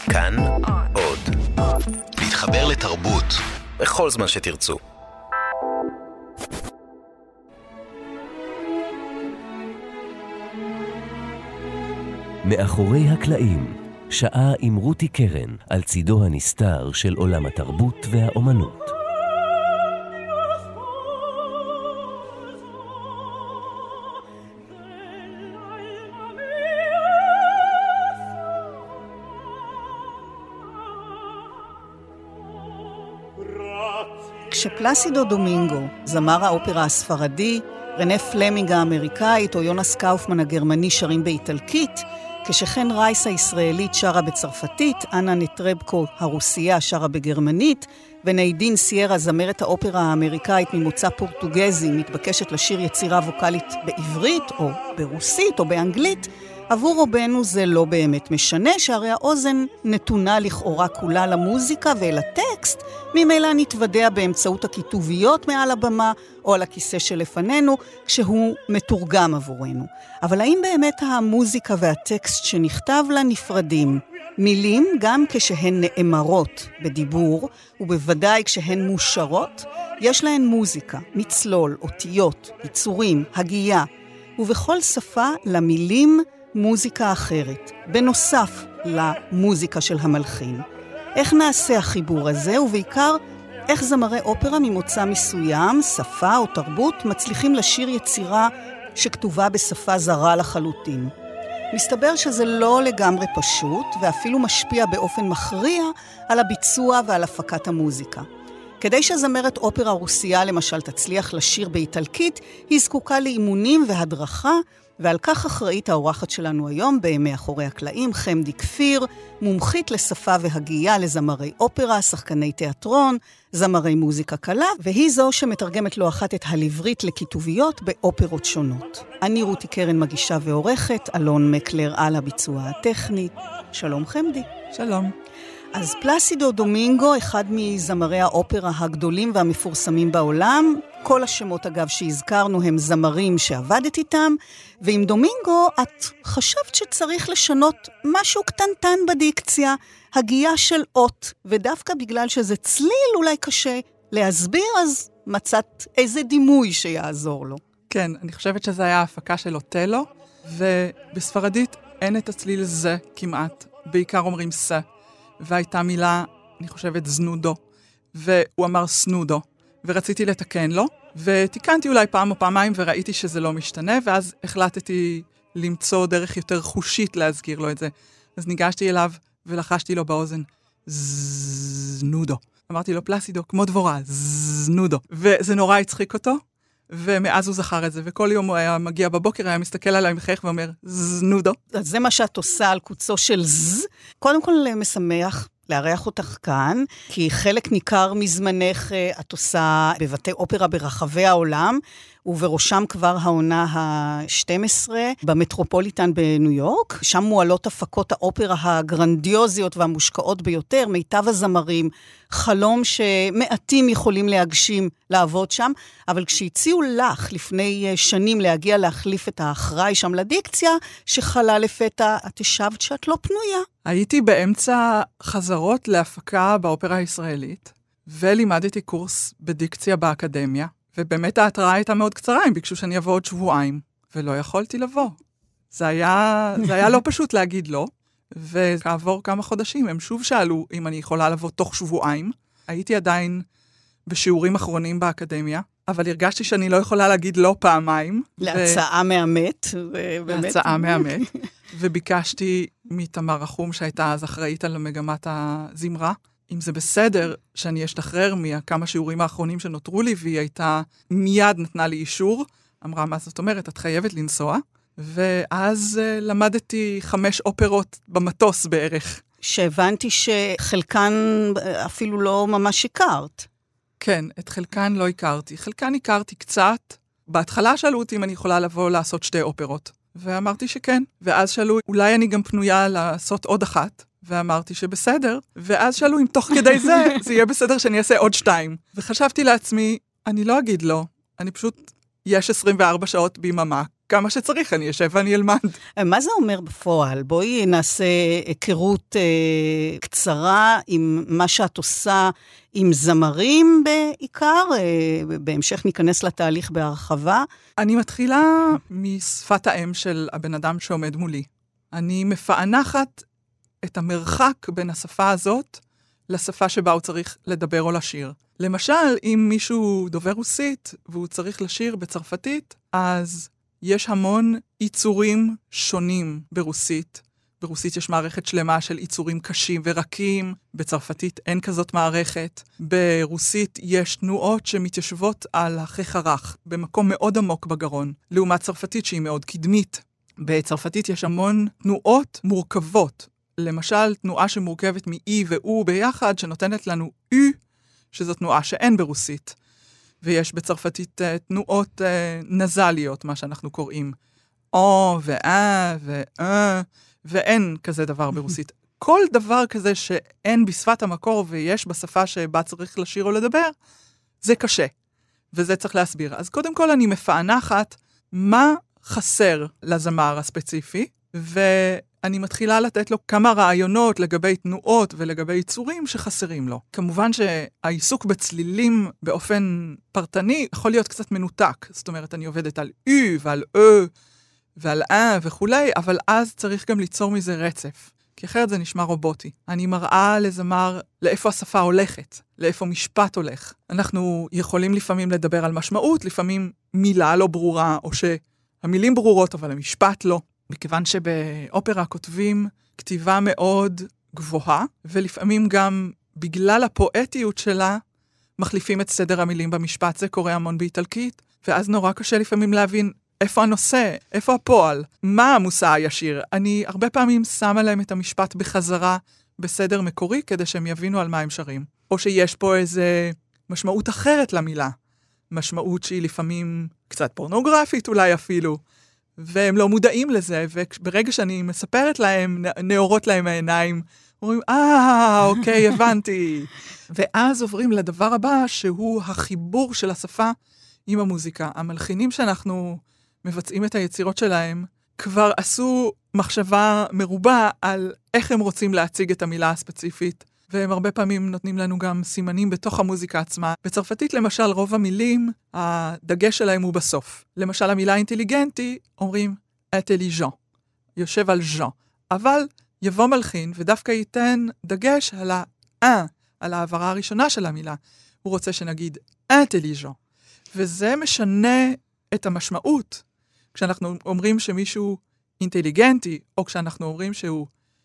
כאן עוד. להתחבר לתרבות בכל זמן שתרצו. מאחורי הקלעים, שעה עם רותי קרן על צידו הנסתר של עולם התרבות והאומנות. כשפלסידו דומינגו, זמר האופרה הספרדי, רנה פלמינג האמריקאית או יונס קאופמן הגרמני שרים באיטלקית, כשחן רייס הישראלית שרה בצרפתית, אנה נטרבקו הרוסייה שרה בגרמנית, וניידין סיירה זמרת האופרה האמריקאית ממוצא פורטוגזי מתבקשת לשיר יצירה ווקלית בעברית או ברוסית או באנגלית, עבור רובנו זה לא באמת משנה, שהרי האוזן נתונה לכאורה כולה למוזיקה ואל הטקסט, ממילא נתוודע באמצעות הכיתוביות מעל הבמה או על הכיסא שלפנינו, כשהוא מתורגם עבורנו. אבל האם באמת המוזיקה והטקסט שנכתב לה נפרדים? מילים, גם כשהן נאמרות בדיבור, ובוודאי כשהן מושרות, יש להן מוזיקה, מצלול, אותיות, יצורים, הגייה, ובכל שפה למילים מוזיקה אחרת, בנוסף למוזיקה של המלחין. איך נעשה החיבור הזה, ובעיקר איך זמרי אופרה ממוצא מסוים, שפה או תרבות, מצליחים לשיר יצירה שכתובה בשפה זרה לחלוטין. מסתבר שזה לא לגמרי פשוט, ואפילו משפיע באופן מכריע על הביצוע ועל הפקת המוזיקה. כדי שזמרת אופרה רוסייה למשל תצליח לשיר באיטלקית, היא זקוקה לאימונים והדרכה, ועל כך אחראית האורחת שלנו היום מאחורי הקלעים, חמדי כפיר, מומחית לשפה והגייה לזמרי אופרה, שחקני תיאטרון, זמרי מוזיקה קלה, והיא זו שמתרגמת לא אחת את הלברית לכיתוביות באופרות שונות. אני רותי קרן מגישה ועורכת, אלון מקלר על הביצוע הטכני. שלום חמדי. שלום. אז פלסידו דומינגו, אחד מזמרי האופרה הגדולים והמפורסמים בעולם, כל השמות אגב שהזכרנו הם זמרים שעבדת איתם, ועם דומינגו את חשבת שצריך לשנות משהו קטנטן בדיקציה, הגייה של אות, ודווקא בגלל שזה צליל אולי קשה להסביר, אז מצאת איזה דימוי שיעזור לו. כן, אני חושבת שזה היה ההפקה של אוטלו, ובספרדית אין את הצליל זה כמעט, בעיקר אומרים סה. והייתה מילה, אני חושבת, זנודו, והוא אמר סנודו, ורציתי לתקן לו, ותיקנתי אולי פעם או פעמיים, וראיתי שזה לא משתנה, ואז החלטתי למצוא דרך יותר חושית להזכיר לו את זה. אז ניגשתי אליו, ולחשתי לו באוזן, זנודו. אמרתי לו, פלסידו, כמו דבורה, זנודו. וזה נורא הצחיק אותו, ומאז הוא זכר את זה, וכל יום הוא היה מגיע בבוקר, היה מסתכל עליי מחייך ואומר, זנודו. אז זה מה שאת עושה על קוצו של ז. קודם כל משמח לארח אותך כאן, כי חלק ניכר מזמנך את עושה בבתי אופרה ברחבי העולם, ובראשם כבר העונה ה-12 במטרופוליטן בניו יורק. שם מועלות הפקות האופרה הגרנדיוזיות והמושקעות ביותר, מיטב הזמרים, חלום שמעטים יכולים להגשים לעבוד שם, אבל כשהציעו לך לפני שנים להגיע להחליף את האחראי שם לדיקציה, שחלה לפתע, את השבת שאת לא פנויה. הייתי באמצע חזרות להפקה באופרה הישראלית, ולימדתי קורס בדיקציה באקדמיה, ובאמת ההתראה הייתה מאוד קצרה, הם ביקשו שאני אבוא עוד שבועיים, ולא יכולתי לבוא. זה היה לא פשוט להגיד לא, וכעבור כמה חודשים הם שוב שאלו אם אני יכולה לבוא תוך שבועיים. הייתי עדיין בשיעורים אחרונים באקדמיה, אבל הרגשתי שאני לא יכולה להגיד לא פעמיים. להצעה מאמת. להצעה מאמת. וביקשתי מתמר רחום, שהייתה אז אחראית על מגמת הזמרה, אם זה בסדר שאני אשתחרר מכמה שיעורים האחרונים שנותרו לי, והיא הייתה מיד נתנה לי אישור, אמרה, מה זאת אומרת, את חייבת לנסוע, ואז למדתי 5 אופרות במטוס בערך. שהבנתי שחלקן אפילו לא ממש הכרת. כן, את חלקן לא הכרתי. חלקן הכרתי קצת. בהתחלה שאלו אותי אם אני יכולה לבוא לעשות 2 אופרות. ואמרתי שכן. ואז שאלו, אולי אני גם פנויה לעשות עוד 1. ואמרתי שבסדר. ואז שאלו אם תוך כדי זה יהיה בסדר שאני אעשה עוד 2. וחשבתי לעצמי, אני לא אגיד לא. אני פשוט, יש 24 שעות ביממה. כמה שצריך, אני אשב ואני אלמד. מה זה אומר בפועל? בואי נעשה היכרות קצרה עם מה שאת עושה עם זמרים בעיקר, בהמשך ניכנס לתהליך בהרחבה. אני מתחילה משפת האם של הבן אדם שעומד מולי. אני מפענחת את המרחק בין השפה הזאת לשפה שבה הוא צריך לדבר או לשיר. למשל, אם מישהו דובר רוסית והוא צריך לשיר בצרפתית, אז יש המון ייצורים שונים ברוסית. ברוסית יש מערכת שלמה של ייצורים קשים ורקים, בצרפתית אין כזאת מערכת. ברוסית יש תנועות שמתיישבות על החך הרך, במקום מאוד עמוק בגרון, לעומת צרפתית שהיא מאוד קדמית. בצרפתית יש המון תנועות מורכבות. למשל, תנועה שמורכבת מ-E ו-U ביחד, שנותנת לנו U, שזו תנועה שאין ברוסית. ויש בצרפתית תנועות נזליות, מה שאנחנו קוראים. או ו-A ו-A, ואין כזה דבר ברוסית. כל דבר כזה שאין בשפת המקור ויש בשפה שבה צריך לשיר או לדבר, זה קשה. וזה צריך להסביר. אז קודם כל אני מפענחת מה חסר לזמר הספציפי, ואני מתחילה לתת לו כמה רעיונות לגבי תנועות ולגבי ייצורים שחסרים לו. כמובן שהעיסוק בצלילים באופן פרטני יכול להיות קצת מנותק. זאת אומרת, אני עובדת על U ועל E ועל A וכולי, אבל אז צריך גם ליצור מזה רצף. כי אחרת זה נשמע רובוטי. אני מראה לזמר לאיפה השפה הולכת, לאיפה משפט הולך. אנחנו יכולים לפעמים לדבר על משמעות, לפעמים מילה לא ברורה, או שהמילים ברורות, אבל המשפט לא. מכיוון שבאופרה כותבים כתיבה מאוד גבוהה, ולפעמים גם בגלל הפואטיות שלה, מחליפים את סדר המילים במשפט. זה קורה המון באיטלקית, ואז נורא קשה לפעמים להבין איפה הנושא, איפה הפועל, מה המושא הישיר. אני הרבה פעמים שמה להם את המשפט בחזרה בסדר מקורי, כדי שהם יבינו על מה הם שרים. או שיש פה איזה משמעות אחרת למילה. משמעות שהיא לפעמים קצת פורנוגרפית אולי אפילו, והם לא מודעים לזה, וברגע שאני מספרת להם, נאורות להם העיניים, אומרים, אוקיי, הבנתי. ואז עוברים לדבר הבא, שהוא החיבור של השפה עם המוזיקה. המלחינים שאנחנו מבצעים את היצירות שלהם, כבר עשו מחשבה מרובה על איך הם רוצים להציג את המילה הספציפית, והם הרבה פעמים נותנים לנו גם סימנים בתוך המוזיקה עצמה. בצרפתית, למשל, רוב המילים, הדגש שלהם הוא בסוף. למשל, המילה אינטליגנטי, אומרים אינטליג'ן, יושב על ז'ן. אבל יבוא מלחין, ודווקא ייתן דגש על על העברה הראשונה של המילה. הוא רוצה שנגיד אינטליג'ן. וזה משנה את המשמעות. כשאנחנו אומרים שמישהו אינטליגנטי, או כשאנחנו אומרים שהוא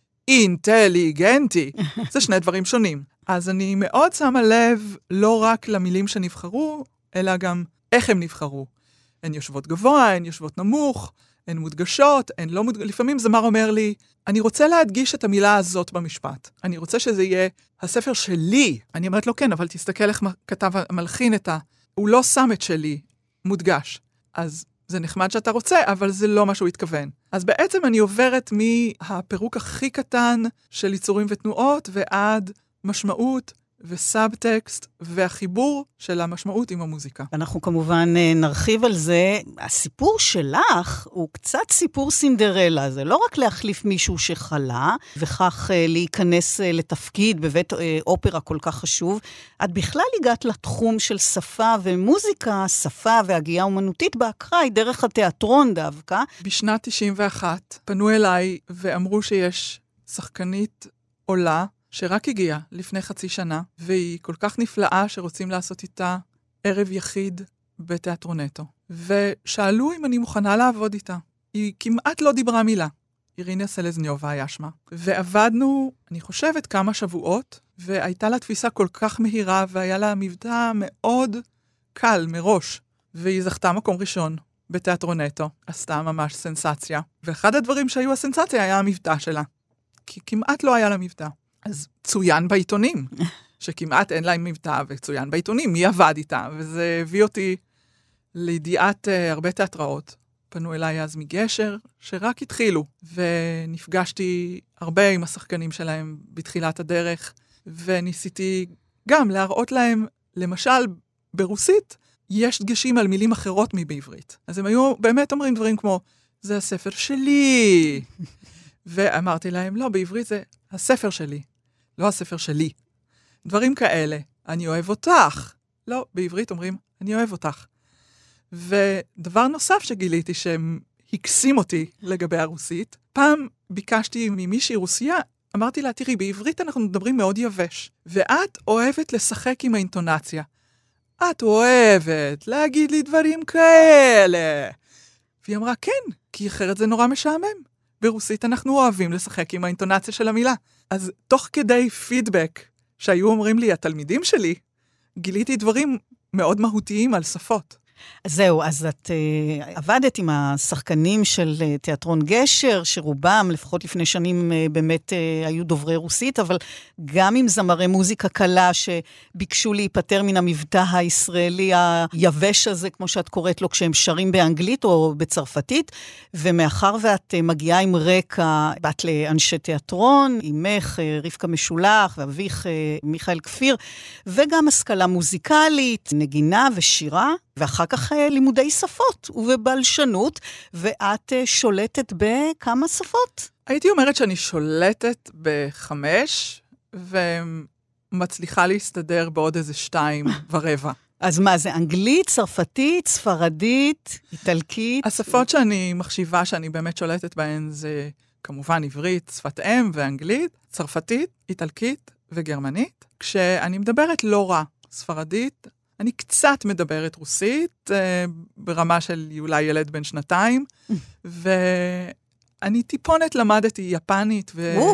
אינטליגנטי, זה שני דברים שונים. אז אני מאוד שמה לב לא רק למילים שנבחרו, אלא גם איך הם נבחרו. הן יושבות גבוה, הן יושבות נמוך, הן מודגשות, הן לא מודגשות. לפעמים זמר אומר לי, אני רוצה להדגיש את המילה הזאת במשפט. אני רוצה שזה יהיה הספר שלי. אני אומרת לו, כן, אבל תסתכל איך כתב המלחין הוא לא שם את שלי מודגש. אז זה נחמד שאתה רוצה, אבל זה לא מה שהוא התכוון. אז בעצם אני עוברת מהפירוק הכי קטן של ייצורים ותנועות, ועד משמעות וסאבטקסט, והחיבור של המשמעות עם המוזיקה. אנחנו כמובן נרחיב על זה. הסיפור שלך הוא קצת סיפור סינדרלה. זה לא רק להחליף מישהו שחלה, וכך להיכנס לתפקיד בבית אופרה כל כך חשוב. את בכלל הגעת לתחום של שפה ומוזיקה, שפה והגייה אומנותית באקראי, דרך התיאטרון דווקא. בשנת 91 פנו אליי ואמרו שיש שחקנית עולה, שרק הגיעה לפני חצי שנה, והיא כל כך נפלאה שרוצים לעשות איתה ערב יחיד בתיאטרונטו. ושאלו אם אני מוכנה לעבוד איתה. היא כמעט לא דיברה מילה. אירינה סלזניובה היה שמה. ועבדנו, אני חושבת, כמה שבועות, והייתה לה תפיסה כל כך מהירה, והיה לה מבטא מאוד קל מראש. והיא זכתה מקום ראשון בתיאטרונטו. עשתה ממש סנסציה. ואחד הדברים שהיו הסנסציה היה המבטא שלה. כי כמעט לא היה לה מבטא. אז צוין בעיתונים, שכמעט אין להם מבטא, וצוין בעיתונים, מי עבד איתה? וזה הביא אותי לידיעת הרבה תיאטראות. פנו אליי אז מגשר, שרק התחילו, ונפגשתי הרבה עם השחקנים שלהם בתחילת הדרך, וניסיתי גם להראות להם, למשל ברוסית, יש דגשים על מילים אחרות מבעברית. אז הם היו באמת אומרים דברים כמו, זה הספר שלי. ואמרתי להם, לא, בעברית זה הספר שלי, לא הספר שלי. דברים כאלה, אני אוהב אותך. לא, בעברית אומרים, אני אוהב אותך. ודבר נוסף שגיליתי שהם הקסים אותי לגבי הרוסית, פעם ביקשתי ממישהי רוסייה, אמרתי לה, תראי, בעברית אנחנו מדברים מאוד יבש, ואת אוהבת לשחק עם האינטונציה. את אוהבת להגיד לי דברים כאלה. והיא אמרה, כן, כי אחרת זה נורא משעמם. ברוסית אנחנו אוהבים לשחק עם האינטונציה של המילה. אז תוך כדי פידבק שהיו אומרים לי התלמידים שלי, גיליתי דברים מאוד מהותיים על שפות. זהו, אז את עבדת עם השחקנים של תיאטרון גשר, שרובם, לפחות לפני שנים, באמת היו דוברי רוסית, אבל גם עם זמרי מוזיקה קלה שביקשו להיפטר מן המבטא הישראלי היבש הזה, כמו שאת קוראת לו, כשהם שרים באנגלית או בצרפתית, ומאחר ואת מגיעה עם רקע, באת לאנשי תיאטרון, עמך רבקה משולח, ואביך מיכאל כפיר, וגם השכלה מוזיקלית, נגינה ושירה, ואחר כך לימודי שפות ובבלשנות, ואת שולטת בכמה שפות? הייתי אומרת שאני שולטת ב5, ומצליחה להסתדר בעוד איזה 2.25. אז מה זה, אנגלית, צרפתית, ספרדית, איטלקית? השפות שאני מחשיבה שאני באמת שולטת בהן זה כמובן עברית, שפת אם ואנגלית, צרפתית, איטלקית וגרמנית. כשאני מדברת לא רע, ספרדית, אני קצת מדברת רוסית, ברמה של אולי ילד בן 2, ואני טיפונת למדתי יפנית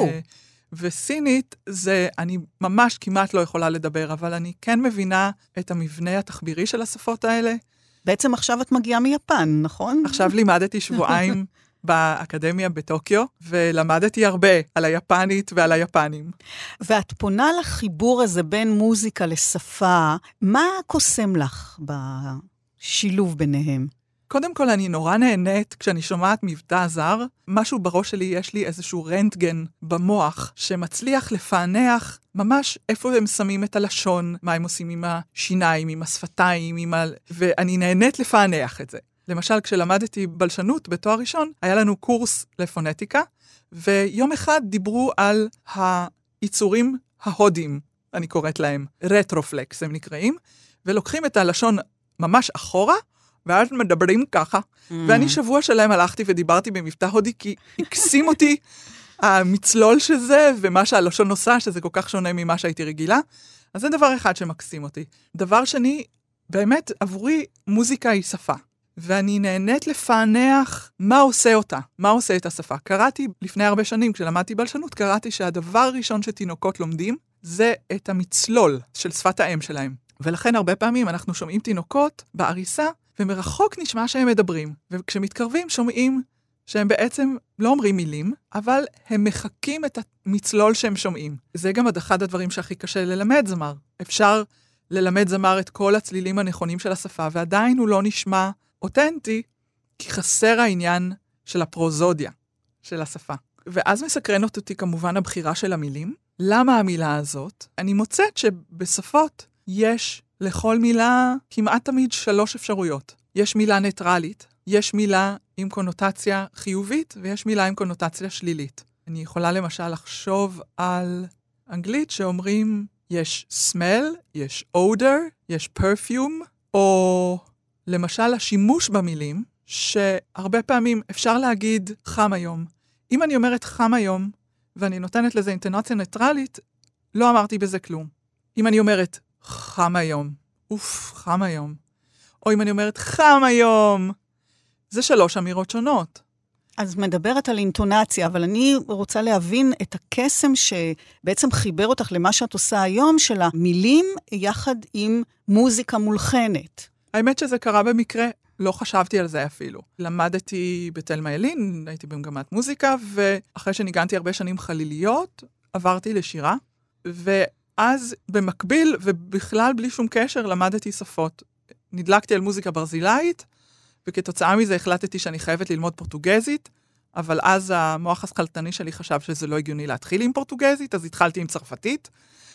וסינית, אני ממש כמעט לא יכולה לדבר, אבל אני כן מבינה את המבנה התחבירי של השפות האלה. בעצם עכשיו את מגיעה מיפן, נכון? עכשיו לימדתי שבועיים באקדמיה בטוקיו, ולמדתי הרבה על היפנית ועל היפנים. ואת פונה לחיבור הזה בין מוזיקה לשפה, מה קוסם לך בשילוב ביניהם? קודם כל, אני נורא נהנית כשאני שומעת מבטא זר, משהו בראש שלי, יש לי איזשהו רנטגן במוח, שמצליח לפענח ממש איפה הם שמים את הלשון, מה הם עושים עם השיניים, עם השפתיים, ואני נהנית לפענח את זה. למשל, כשלמדתי בלשנות בתואר ראשון, היה לנו קורס לפונטיקה, ויום אחד דיברו על היצורים ההודים, אני קוראת להם, רטרופלקס הם נקראים, ולוקחים את הלשון ממש אחורה, ואז מדברים ככה, ואני שבוע שלהם הלכתי ודיברתי במבטא הודי, כי הקסים אותי המצלול שזה, ומה שהלשון עושה, שזה כל כך שונה ממה שהייתי רגילה. אז זה דבר אחד שמקסים אותי. דבר שני, באמת עבורי מוזיקה היא שפה. ואני נהנית לפענח מה עושה אותה, מה עושה את השפה. קראתי לפני הרבה שנים, כשלמדתי בלשנות, קראתי שהדבר הראשון שתינוקות לומדים, זה את המצלול של שפת האם שלהם. ולכן הרבה פעמים אנחנו שומעים תינוקות בעריסה, ומרחוק נשמע שהם מדברים. וכשמתקרבים שומעים שהם בעצם לא אומרים מילים, אבל הם מחקים את המצלול שהם שומעים. זה גם אחד הדברים שהכי קשה ללמד זמר. אפשר ללמד זמר את כל הצלילים הנכונים של השפה, ועדיין הוא לא נשמע אותנטי, כי חסר העניין של הפרוזודיה של השפה. ואז מסקרנות אותי כמובן הבחירה של המילים. למה המילה הזאת? אני מוצאת שבשפות יש לכל מילה כמעט תמיד 3 אפשרויות. יש מילה ניטרלית, יש מילה עם קונוטציה חיובית, ויש מילה עם קונוטציה שלילית. אני יכולה למשל לחשוב על אנגלית שאומרים יש smell, יש odor, יש perfume, או למשל השימוש במילים, שהרבה פעמים אפשר להגיד חם היום. אם אני אומרת חם היום, ואני נותנת לזה אינטונציה ניטרלית, לא אמרתי בזה כלום. אם אני אומרת חם היום, חם היום. או אם אני אומרת חם היום, זה 3 אמירות שונות. אז מדברת על אינטונציה, אבל אני רוצה להבין את הקסם שבעצם חיבר אותך למה שאת עושה היום, של המילים יחד עם מוזיקה מולחנת. האמת שזה קרה במקרה, לא חשבתי על זה אפילו. למדתי בתלמה ילין, הייתי במגמת מוזיקה, ואחרי שניגנתי הרבה שנים חליליות, עברתי לשירה, ואז במקביל, ובכלל בלי שום קשר, למדתי שפות. נדלקתי על מוזיקה ברזילאית, וכתוצאה מזה החלטתי שאני חייבת ללמוד פורטוגזית, אבל אז המוח השכלתני שלי חשב שזה לא הגיוני להתחיל עם פורטוגזית, אז התחלתי עם צרפתית,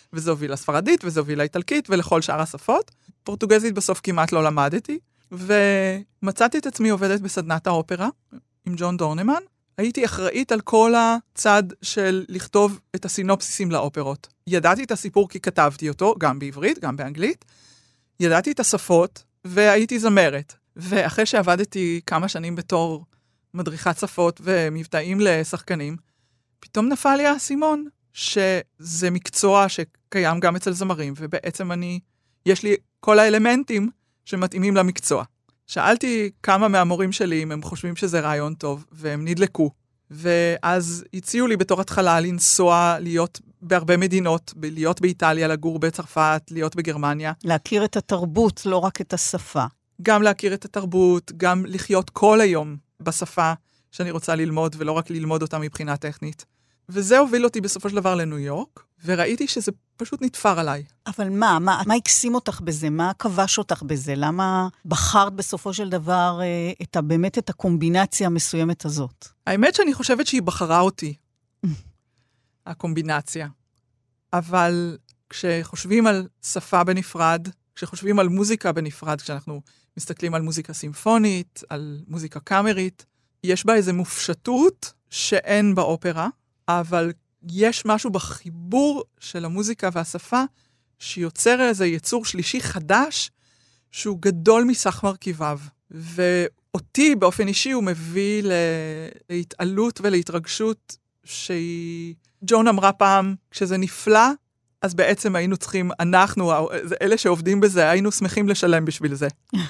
וזה הוביל לספרדית, וזה הוביל לאיטלקית, ולכל שאר השפות. פורטוגזית בסוף כמעט לא למדתי, ומצאתי את עצמי עובדת בסדנת האופרה, עם ג'ון דורנמן. הייתי אחראית על כל הצד של לכתוב את הסינופסיסים לאופרות. ידעתי את הסיפור כי כתבתי אותו, גם בעברית, גם באנגלית. ידעתי את השפות, והייתי זמרת. ואחרי שעבדתי כמה שנים בתור מדריכת שפות ומבטאים לשחקנים, פתאום נפל לי האסימון, שזה מקצוע שקיים גם אצל זמרים, ובעצם יש לי כל האלמנטים שמתאימים למקצוע. שאלתי כמה מהמורים שלי אם הם חושבים שזה רעיון טוב, והם נדלקו. ואז הציעו לי בתור התחלה לנסוע, להיות בהרבה מדינות, להיות באיטליה, לגור בצרפת, להיות בגרמניה. להכיר את התרבות, לא רק את השפה. גם להכיר את התרבות, גם לחיות כל היום בשפה שאני רוצה ללמוד, ולא רק ללמוד אותה מבחינה טכנית. וזה הוביל אותי בסופו של דבר לניו יורק, וראיתי שזה פשוט נתפר עליי. אבל מה הקסים אותך בזה? מה כבש אותך בזה? למה בחרת בסופו של דבר באמת את הקומבינציה המסוימת הזאת? האמת שאני חושבת שהיא בחרה אותי, הקומבינציה. אבל כשחושבים על שפה בנפרד, כשחושבים על מוזיקה בנפרד, כשאנחנו מסתכלים על מוזיקה סימפונית, על מוזיקה קאמרית, יש בה איזו מופשטות שאין באופרה, אבל יש משהו בחיבור של המוזיקה והשפה שיוצר איזה יצור שלישי חדש שהוא גדול מסך מרכיביו. ואותי באופן אישי הוא מביא להתעלות ולהתרגשות ג'ון אמרה פעם, כשזה נפלא, אז בעצם היינו צריכים, אלה שעובדים בזה, היינו שמחים לשלם בשביל זה.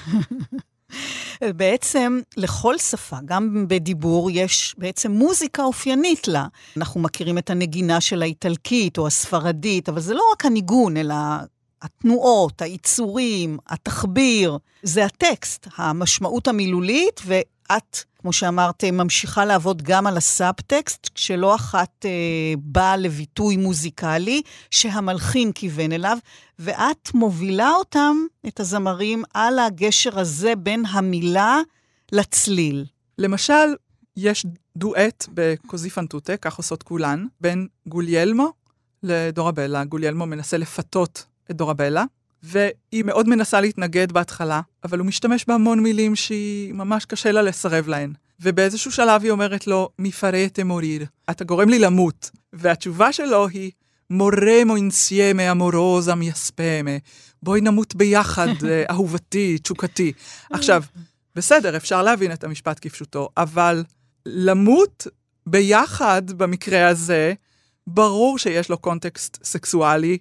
בעצם לכל שפה, גם בדיבור, יש בעצם מוזיקה אופיינית לה. אנחנו מכירים את הנגינה של האיטלקית או הספרדית, אבל זה לא רק הניגון, אלא התנועות, היצורים, התחביר. זה הטקסט, המשמעות המילולית, ואת, כמו שאמרת, ממשיכה לעבוד גם על הסאבטקסט, כשלא אחת באה לביטוי מוזיקלי, שהמלחין כיוון אליו, ואת מובילה אותם, את הזמרים, על הגשר הזה בין המילה לצליל. למשל, יש דואט בקוזי פנטוטה, כך עושות כולן, בין גוליאלמו לדורבלה. גוליאלמו מנסה לפתות את דורבלה, והיא מאוד מנסה להתנגד בהתחלה, אבל הוא משתמש בהמון מילים שהיא ממש קשה לה לסרב להן. ובאיזשהו שלב היא אומרת לו, מי פרטה מוריר, אתה גורם לי למות. והתשובה שלו היא, מורמו אינסיאמה אמורוזה מיספמה, בואי נמות ביחד, אהובתי, תשוקתי. עכשיו, בסדר, אפשר להבין את המשפט כפשוטו, אבל למות ביחד במקרה הזה, ברור שיש לו קונטקסט סקסואלי,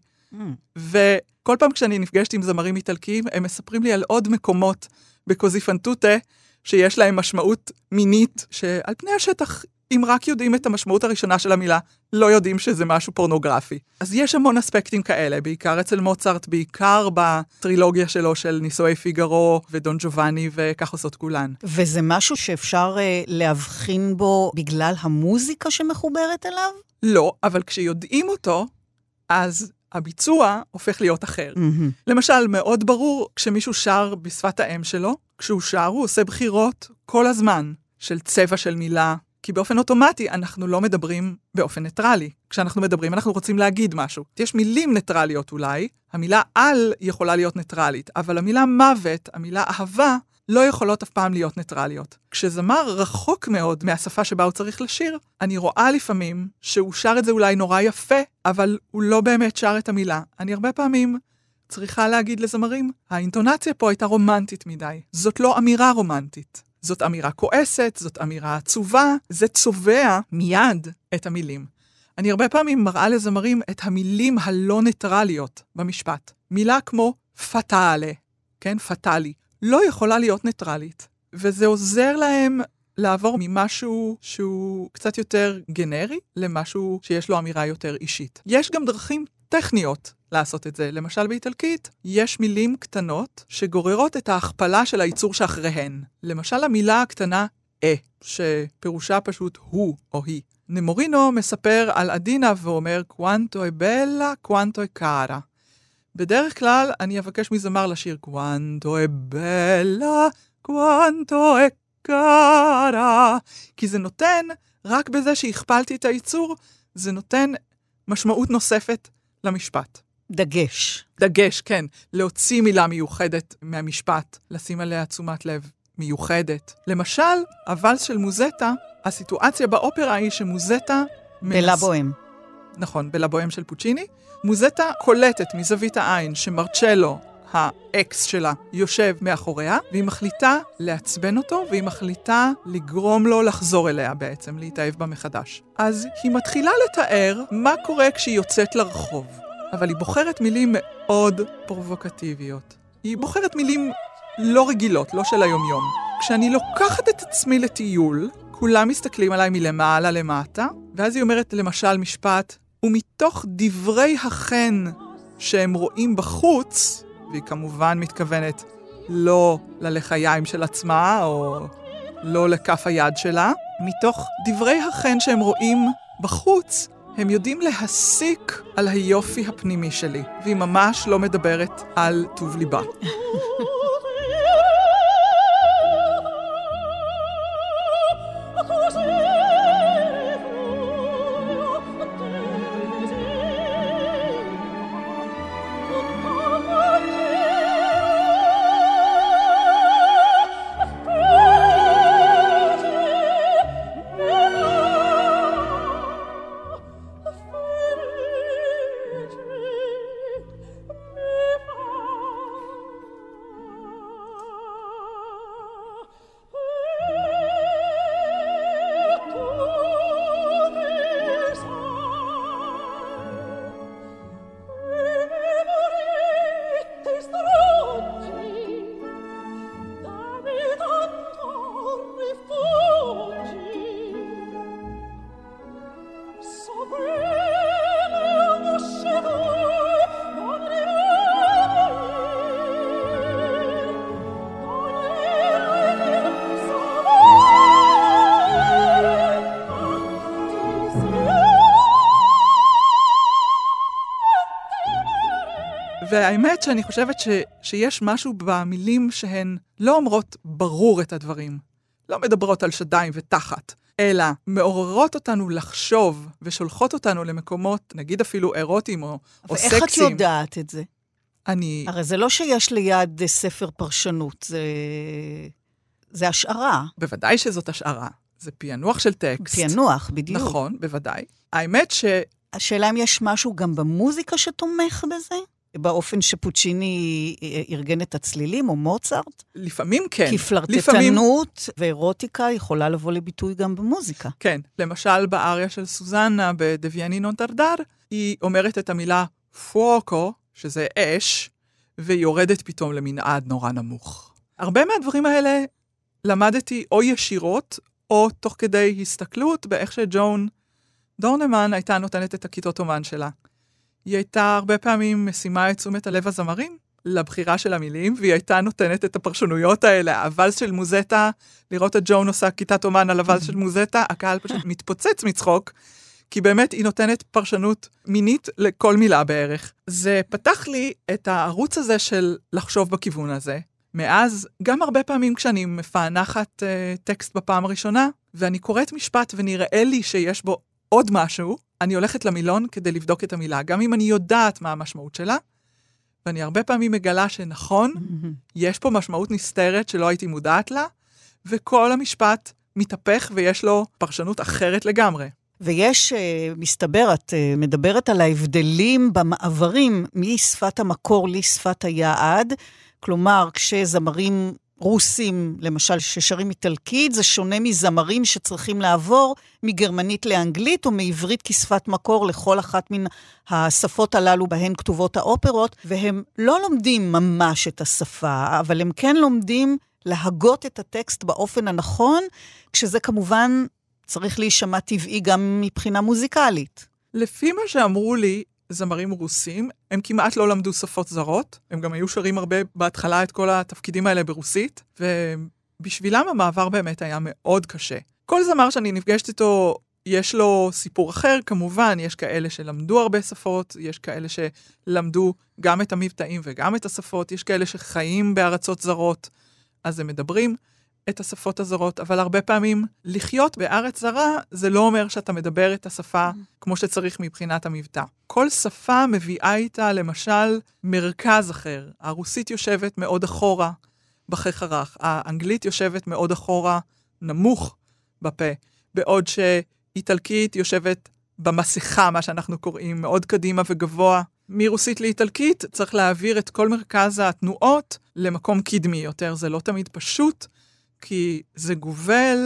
וכל פעם כשאני נפגשת עם זמרים איטלקיים, הם מספרים לי על עוד מקומות בקוזי פנטוטה, שיש להם משמעות מינית, שעל פני השטח, אם רק יודעים את המשמעות הראשונה של המילה, לא יודעים שזה משהו פורנוגרפי. אז יש המון אספקטים כאלה, בעיקר אצל מוצרט, בעיקר בטרילוגיה שלו של נישואי פיגארו ודון ג'ובאני, וכך עושות כולן. וזה משהו שאפשר להבחין בו בגלל המוזיקה שמחוברת אליו? לא, אבל כשיודעים אותו, אז הביצוע הופך להיות אחר. למשל, מאוד ברור, כשמישהו שר בשפת האם שלו, כשהוא שר, הוא עושה בחירות כל הזמן של צבע של מילה, כי באופן אוטומטי אנחנו לא מדברים באופן ניטרלי. כשאנחנו מדברים, אנחנו רוצים להגיד משהו. יש מילים ניטרליות אולי, המילה על יכולה להיות ניטרלית, אבל המילה מוות, המילה אהבה, לא יכולות אף פעם להיות ניטרליות. כשזמר רחוק מאוד מהשפה שבה הוא צריך לשיר, אני רואה לפעמים שהוא שר את זה אולי נורא יפה, אבל הוא לא באמת שר את המילה. אני הרבה פעמים צריכה להגיד לזמרים, האינטונציה פה הייתה רומנטית מדי. זאת לא אמירה רומנטית. זאת אמירה כועסת, זאת אמירה עצובה, זה צובע מיד את המילים. אני הרבה פעמים מראה לזמרים את המילים הלא ניטרליות במשפט. מילה כמו פטאלה, כן, פטאלי, לא יכולה להיות ניטרלית. וזה עוזר להם לעבור ממשהו שהוא קצת יותר גנרי, למשהו שיש לו אמירה יותר אישית. יש גם דרכים טכניות לעשות את זה. למשל באיטלקית, יש מילים קטנות שגוררות את ההכפלה של הייצור שאחריהן. למשל המילה הקטנה שפירושה פשוט הוא או היא. נמורינו מספר על אדינה ואומר, quanto è bella, quanto è cara. בדרך כלל אני אבקש מזמר לשיר, quanto è bella, quanto è cara. כי זה נותן, רק בזה שהכפלתי את הייצור, זה נותן משמעות נוספת למשפט. דגש. דגש, כן. להוציא מילה מיוחדת מהמשפט, לשים עליה תשומת לב מיוחדת. למשל, הוואלס של מוזטה, הסיטואציה באופרה היא שמוזטה... בלה בוהם. נכון, בלה בוהם של פוצ'יני. מוזטה קולטת מזווית העין שמרצ'לו, האקס שלה, יושב מאחוריה, והיא מחליטה לעצבן אותו, והיא מחליטה לגרום לו לחזור אליה בעצם, להתאהב בה מחדש. אז היא מתחילה לתאר מה קורה כשהיא יוצאת לרחוב. אבל היא בוחרת מילים מאוד פרובוקטיביות. היא בוחרת מילים לא רגילות, לא של היום-יום. כשאני לוקחת את עצמי לטיול, כולם מסתכלים עליי מלמעלה למטה, ואז היא אומרת למשל משפט, ומתוך דברי החן שהם רואים בחוץ, והיא כמובן מתכוונת לא ללחיים של עצמה, או לא לכף היד שלה, מתוך דברי החן שהם רואים בחוץ, הם יודעים להסיק על היופי הפנימי שלי, והיא ממש לא מדברת על טוב ליבה. והאמת שאני חושבת שיש משהו במילים שהן לא אומרות ברור את הדברים. לא מדברות על שדיים ותחת, אלא מעוררות אותנו לחשוב ושולחות אותנו למקומות, נגיד אפילו אירוטיים או סקסיים. ואיך את יודעת את זה? אני... הרי זה לא שיש ליד ספר פרשנות, זה השערה. בוודאי שזאת השערה. זה פענוח של טקסט. פענוח, בדיוק. נכון, בוודאי. האמת השאלה אם יש משהו גם במוזיקה שתומך בזה? באופן שפוצ'יני ארגן את הצלילים, או מוצרט? לפעמים כן. כי פלרטטנות ואירוטיקה יכולה לבוא לביטוי גם במוזיקה. כן. למשל, באריה של סוזנה, בדוויאני נון טרדר, היא אומרת את המילה פואקו, שזה אש, והיא יורדת פתאום למנעד נורא נמוך. הרבה מהדברים האלה למדתי או ישירות, או תוך כדי הסתכלות, באיך שג'ון דורנמן הייתה נותנת את הכיתות אומן שלה. היא הייתה הרבה פעמים משימה את תשומת הלב הזמרים לבחירה של המילים, והיא הייתה נותנת את הפרשנויות האלה. הוואלס של מוזטה, לראות את ג'ון עושה כיתת אומן על הוואלס של מוזטה, הקהל פשוט מתפוצץ מצחוק, כי באמת היא נותנת פרשנות מינית לכל מילה בערך. זה פתח לי את הערוץ הזה של לחשוב בכיוון הזה. מאז, גם הרבה פעמים כשאני מפענחת טקסט בפעם הראשונה, ואני קוראת משפט ונראה לי שיש בו עוד משהו, אני הולכת למילון כדי לבדוק את המילה, גם אם אני יודעת מה המשמעות שלה, ואני הרבה פעמים מגלה שנכון, יש פה משמעות נסתרת שלא הייתי מודעת לה, וכל המשפט מתהפך ויש לו פרשנות אחרת לגמרי. ויש, מסתבר, את מדברת על ההבדלים במעברים משפת המקור לשפת היעד, כלומר, כשזמרים רוסים, למשל, ששרים איטלקית, זה שונה מזמרים שצריכים לעבור מגרמנית לאנגלית, או מעברית כשפת מקור לכל אחת מן השפות הללו בהן כתובות האופרות, והם לא לומדים ממש את השפה, אבל הם כן לומדים להגות את הטקסט באופן הנכון, כשזה כמובן צריך להישמע טבעי גם מבחינה מוזיקלית. לפי מה שאמרו לי, זמרים רוסים, הם כמעט לא למדו שפות זרות, הם גם היו שרים הרבה בהתחלה את כל התפקידים האלה ברוסית, ובשבילם המעבר באמת היה מאוד קשה. כל זמר שאני נפגשת איתו, יש לו סיפור אחר, כמובן, יש כאלה שלמדו הרבה שפות, יש כאלה שלמדו גם את המבטאים וגם את השפות, יש כאלה שחיים בארצות זרות, אז הם מדברים. את השפות הזרות, אבל הרבה פעמים לחיות בארץ זרה, זה לא אומר שאתה מדבר את השפה כמו שצריך מבחינת המבטא. כל שפה מביאה איתה, למשל, מרכז אחר. הרוסית יושבת מאוד אחורה בחכרך, האנגלית יושבת מאוד אחורה, נמוך בפה, בעוד שאיטלקית יושבת במסכה, מה שאנחנו קוראים, מאוד קדימה וגבוה. מרוסית לאיטלקית צריך להעביר את כל מרכז התנועות למקום קדמי יותר. זה לא תמיד פשוט, כי זה גובל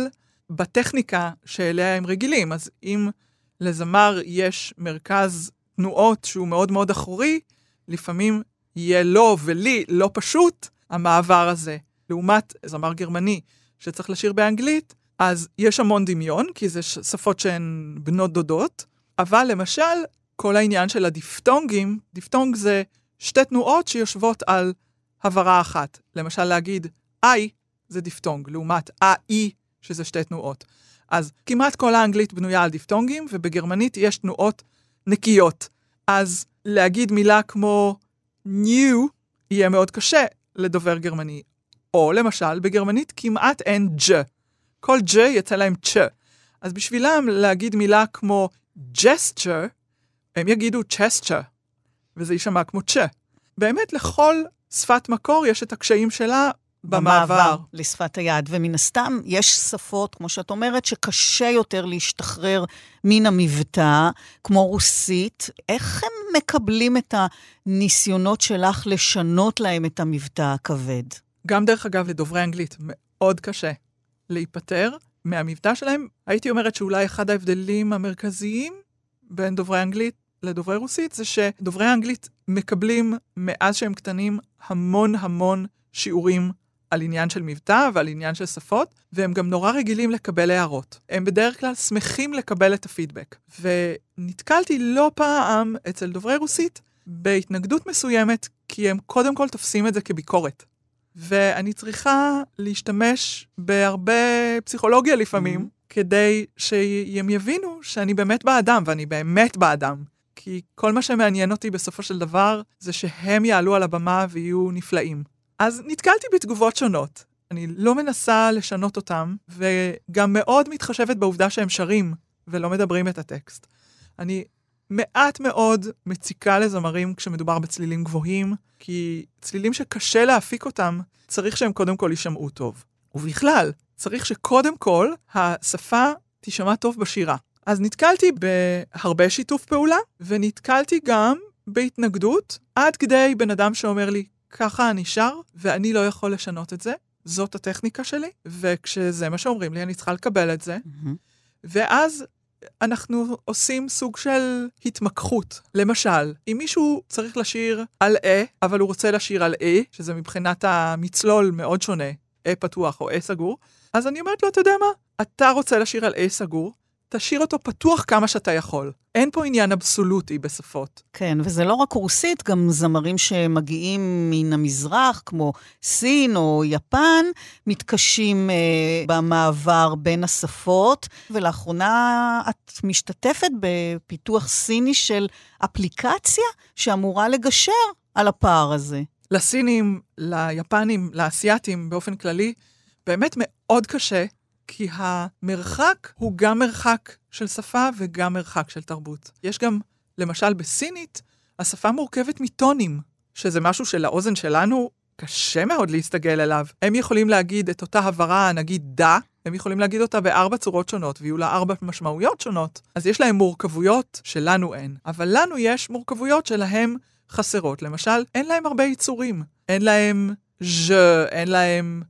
בטכניקה שאליה הם רגילים. אז אם לזמר יש מרכז תנועות שהוא מאוד מאוד אחורי, לפעמים יהיה לו ולי לא פשוט המעבר הזה. לעומת זמר גרמני שצריך לשיר באנגלית, אז יש המון דמיון, כי זה שפות שהן בנות דודות, אבל למשל, כל העניין של הדיפטונגים, דיפטונג זה שתי תנועות שיושבות על הברה אחת. למשל להגיד, I זה דיפטונג, לעומת I, שזה שתי תנועות. אז כמעט כל האנגלית בנויה על דיפטונגים, ובגרמנית יש תנועות נקיות. אז להגיד מילה כמו new, יהיה מאוד קשה לדובר גרמני. או למשל, בגרמנית כמעט אין ג'. כל ג' יצא להם צ'. אז בשבילם להגיד מילה כמו gesture, הם יגידו צ'סטר, וזה יישמע כמו צ'ה. באמת לכל שפת מקור יש את הקשיים שלה במעבר. לשפת היד, ומן הסתם יש שפות, כמו שאת אומרת, שקשה יותר להשתחרר מן המבטא, כמו רוסית. איך הם מקבלים את הניסיונות שלך לשנות להם את המבטא הכבד? גם דרך אגב לדוברי אנגלית, מאוד קשה להיפטר מהמבטא שלהם. הייתי אומרת שאולי אחד ההבדלים המרכזיים בין דוברי אנגלית לדוברי רוסית, זה שדוברי האנגלית מקבלים מאז שהם קטנים המון שיעורים על עניין של מבטא ועל עניין של שפות, והם גם נורא רגילים לקבל הערות. הם בדרך כלל שמחים לקבל את הפידבק. ונתקלתי לא פעם אצל דוברי רוסית בהתנגדות מסוימת, כי הם קודם כל תופסים את זה כביקורת. ואני צריכה להשתמש בהרבה פסיכולוגיה לפעמים, כדי שהם יבינו שאני באמת באדם, ואני באמת באדם. כי כל מה שמעניין אותי בסופו של דבר, זה שהם יעלו על הבמה ויהיו נפלאים. אז נתקלתי בתגובות שונות. אני לא מנסה לשנות אותם, וגם מאוד מתחשבת בעובדה שהם שרים, ולא מדברים את הטקסט. אני מעט מאוד מציקה לזמרים כשמדובר בצלילים גבוהים, כי צלילים שקשה להפיק אותם, צריך שהם קודם כל יישמעו טוב. ובכלל, צריך שקודם כל השפה תישמע טוב בשירה. אז נתקלתי בהרבה שיתוף פעולה, ונתקלתי גם בהתנגדות, עד כדי בן אדם שאומר לי, ככה אני שר, ואני לא יכול לשנות את זה, זאת הטכניקה שלי, וכשזה מה שאומרים לי, אני צריכה לקבל את זה, ואז אנחנו עושים סוג של התמקחות. למשל, אם מישהו צריך לשיר על אבל הוא רוצה לשיר על שזה מבחינת המצלול מאוד שונה, פתוח או סגור, אז אני אומרת לו, אתה יודע מה? אתה רוצה לשיר על סגור, תשאיר אותו פתוח כמה שאתה יכול. אין פה עניין אבסולוטי בשפות. כן, וזה לא רק רוסית, גם זמרים שמגיעים מן המזרח, כמו סין או יפן, מתקשים במעבר בין השפות, ולאחרונה את משתתפת בפיתוח סיני של אפליקציה שאמורה לגשר על הפער הזה. לסינים, ליפנים, לאסייתים באופן כללי, באמת מאוד קשה, כי המרחק הוא גם מרחק של שפה וגם מרחק של תרבות. יש גם, למשל בסינית, השפה מורכבת מטונים, שזה משהו שלאוזן שלנו קשה מאוד להסתגל אליו. הם יכולים להגיד את אותה הברה, נגיד דה, הם יכולים להגיד אותה ב4 צורות שונות, ויהיו לה 4 משמעויות שונות. אז יש להם מורכבויות שלנו אין. אבל לנו יש מורכבויות שלהם חסרות. למשל, אין להם הרבה יצורים. אין להם אין להם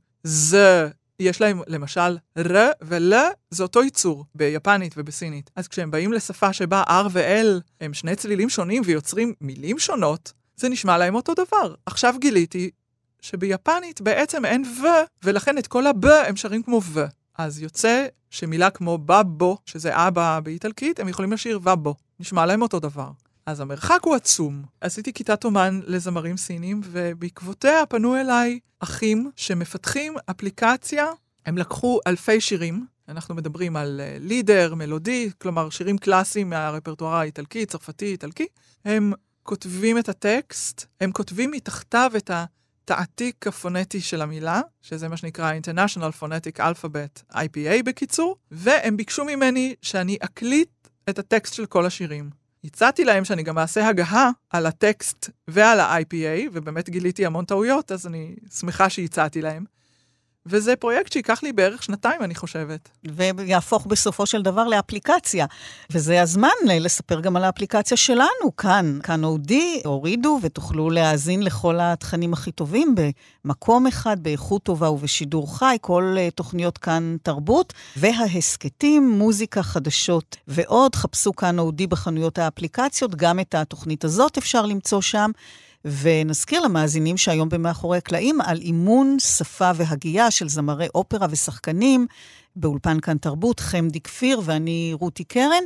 יש להם למשל ול, זה אותו ייצור ביפנית ובסינית. אז כשהם באים לשפה שבה ו-L הם שני צלילים שונים ויוצרים מילים שונות, זה נשמע להם אותו דבר. עכשיו גיליתי שביפנית בעצם אין ולכן את כל הם שרים כמו אז יוצא שמילה כמו בבו, שזה אבא באיטלקית, הם יכולים לשיר ובו. נשמע להם אותו דבר. אז המרחק הוא עצום. עשיתי כיתת אומן לזמרים סינים, ובעקבותיה פנו אליי אחים שמפתחים אפליקציה. הם לקחו אלפי שירים, אנחנו מדברים על לידר, מלודי, כלומר שירים קלאסיים מהרפרטואר האיטלקי, צרפתי, איטלקי. הם כותבים את הטקסט, הם כותבים מתחתיו את התעתיק הפונטי של המילה, שזה מה שנקרא International Phonetic Alphabet, IPA בקיצור, והם ביקשו ממני שאני אקליט את הטקסט של כל השירים. הצעתי להם שאני גם אעשה הגהה על הטקסט ועל ה-IPA, ובאמת גיליתי המון טעויות, אז אני שמחה שהצעתי להם. וזה פרויקט שיקח לי בערך 2 אני חושבת. ויהפוך בסופו של דבר לאפליקציה. וזה הזמן לספר גם על האפליקציה שלנו, כאן אודי, הורידו ותוכלו להאזין לכל התכנים הכי טובים במקום אחד, באיכות טובה ובשידור חי, כל תוכניות כאן תרבות, וההסקטים, מוזיקה, חדשות ועוד. חפשו כאן אודי בחנויות האפליקציות, גם את התוכנית הזאת אפשר למצוא שם. ונזכיר למאזינים שהיום במאחורי הקלעים על אימון שפה והגייה של זמרי אופרה ושחקנים באולפן כאן תרבות, חמדי כפיר ואני רותי קרן.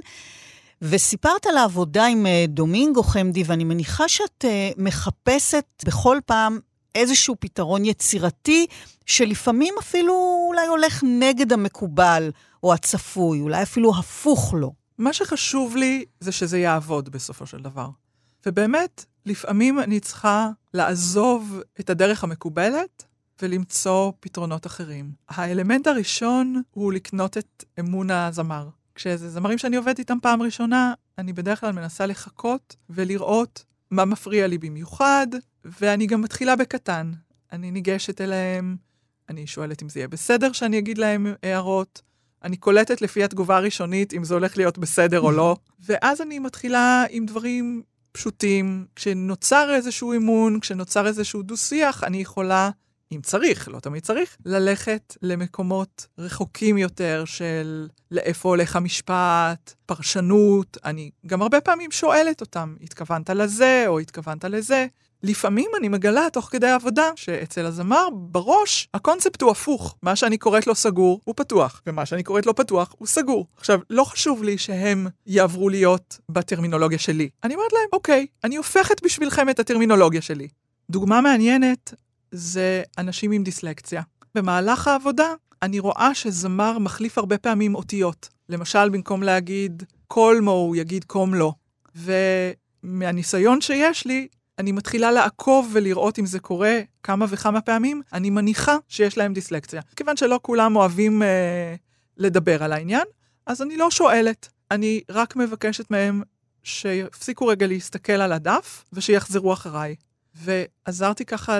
וסיפרת על העבודה עם דומינגו חמדי, ואני מניחה שאת מחפשת בכל פעם איזשהו פתרון יצירתי, שלפעמים אפילו אולי הולך נגד המקובל או הצפוי, אולי אפילו הפוך לו. מה שחשוב לי זה שזה יעבוד בסופו של דבר. ובאמת, לפעמים אני צריכה לעזוב את הדרך המקובלת ולמצוא פתרונות אחרים. האלמנט הראשון הוא לקנות את אמון הזמר. כשזה זמרים שאני עובדת איתם פעם ראשונה, אני בדרך כלל מנסה לחכות ולראות מה מפריע לי במיוחד, ואני גם מתחילה בקטן. אני ניגשת אליהם, אני שואלת אם זה יהיה בסדר שאני אגיד להם הערות, אני קולטת לפי התגובה הראשונית אם זה הולך להיות בסדר או לא, ואז אני מתחילה עם דברים פשוטים. כשנוצר איזשהו אימון, כשנוצר איזשהו דו-שיח, אני יכולה, אם צריך, לא תמיד צריך, ללכת למקומות רחוקים יותר של לאיפה הולך המשפט, פרשנות. אני גם הרבה פעמים שואלת אותם, התכוונת לזה או התכוונת לזה. לפעמים אני מגלה תוך כדי העבודה שאצל הזמר בראש הקונספט הוא הפוך. מה שאני קוראת לו סגור הוא פתוח, ומה שאני קוראת לו פתוח הוא סגור. עכשיו, לא חשוב לי שהם יעברו להיות בטרמינולוגיה שלי. אני אומרת להם, אוקיי, אני הופכת בשבילכם את הטרמינולוגיה שלי. דוגמה מעניינת זה אנשים עם דיסלקציה. במהלך העבודה אני רואה שזמר מחליף הרבה פעמים אותיות. למשל, במקום להגיד קולמו, הוא יגיד קומלו. ומהניסיון שיש לי, אני מתחילה לעקוב ולראות אם זה קורה כמה וכמה פעמים, אני מניחה שיש להם דיסלקציה. כיוון שלא כולם אוהבים לדבר על העניין, אז אני לא שואלת. אני רק מבקשת מהם שיפסיקו רגע להסתכל על הדף, ושיחזרו אחריי. ועזרתי ככה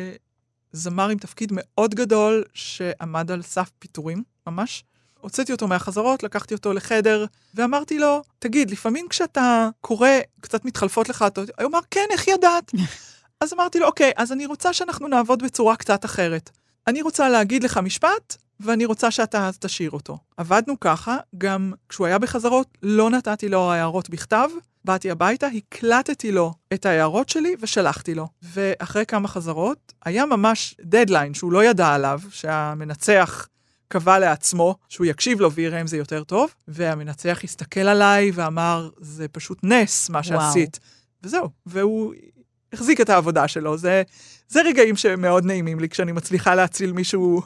לזמר עם תפקיד מאוד גדול, שעמד על סף פיטורים, ממש. הוצאתי אותו מהחזרות, לקחתי אותו לחדר, ואמרתי לו, תגיד, לפעמים כשאתה קורא, קצת מתחלפות לך, הוא אמר, כן, איך ידעת? אז אמרתי לו, אוקיי, אז אני רוצה שאנחנו נעבוד בצורה קצת אחרת. אני רוצה להגיד לך משפט, ואני רוצה שאתה תשאיר אותו. עבדנו ככה, גם כשהוא היה בחזרות, לא נתתי לו הערות בכתב, באתי הביתה, הקלטתי לו את ההערות שלי ושלחתי לו. ואחרי כמה חזרות, היה ממש דדליין שהוא לא ידע עליו, שהמנצח קבע לעצמו שהוא יקשיב לו ויראה אם זה יותר טוב, והמנצח הסתכל עליי ואמר, זה פשוט נס מה שעשית. וזהו, והוא החזיק את העבודה שלו. זה רגעים שמאוד נעימים לי, כשאני מצליחה להציל מישהו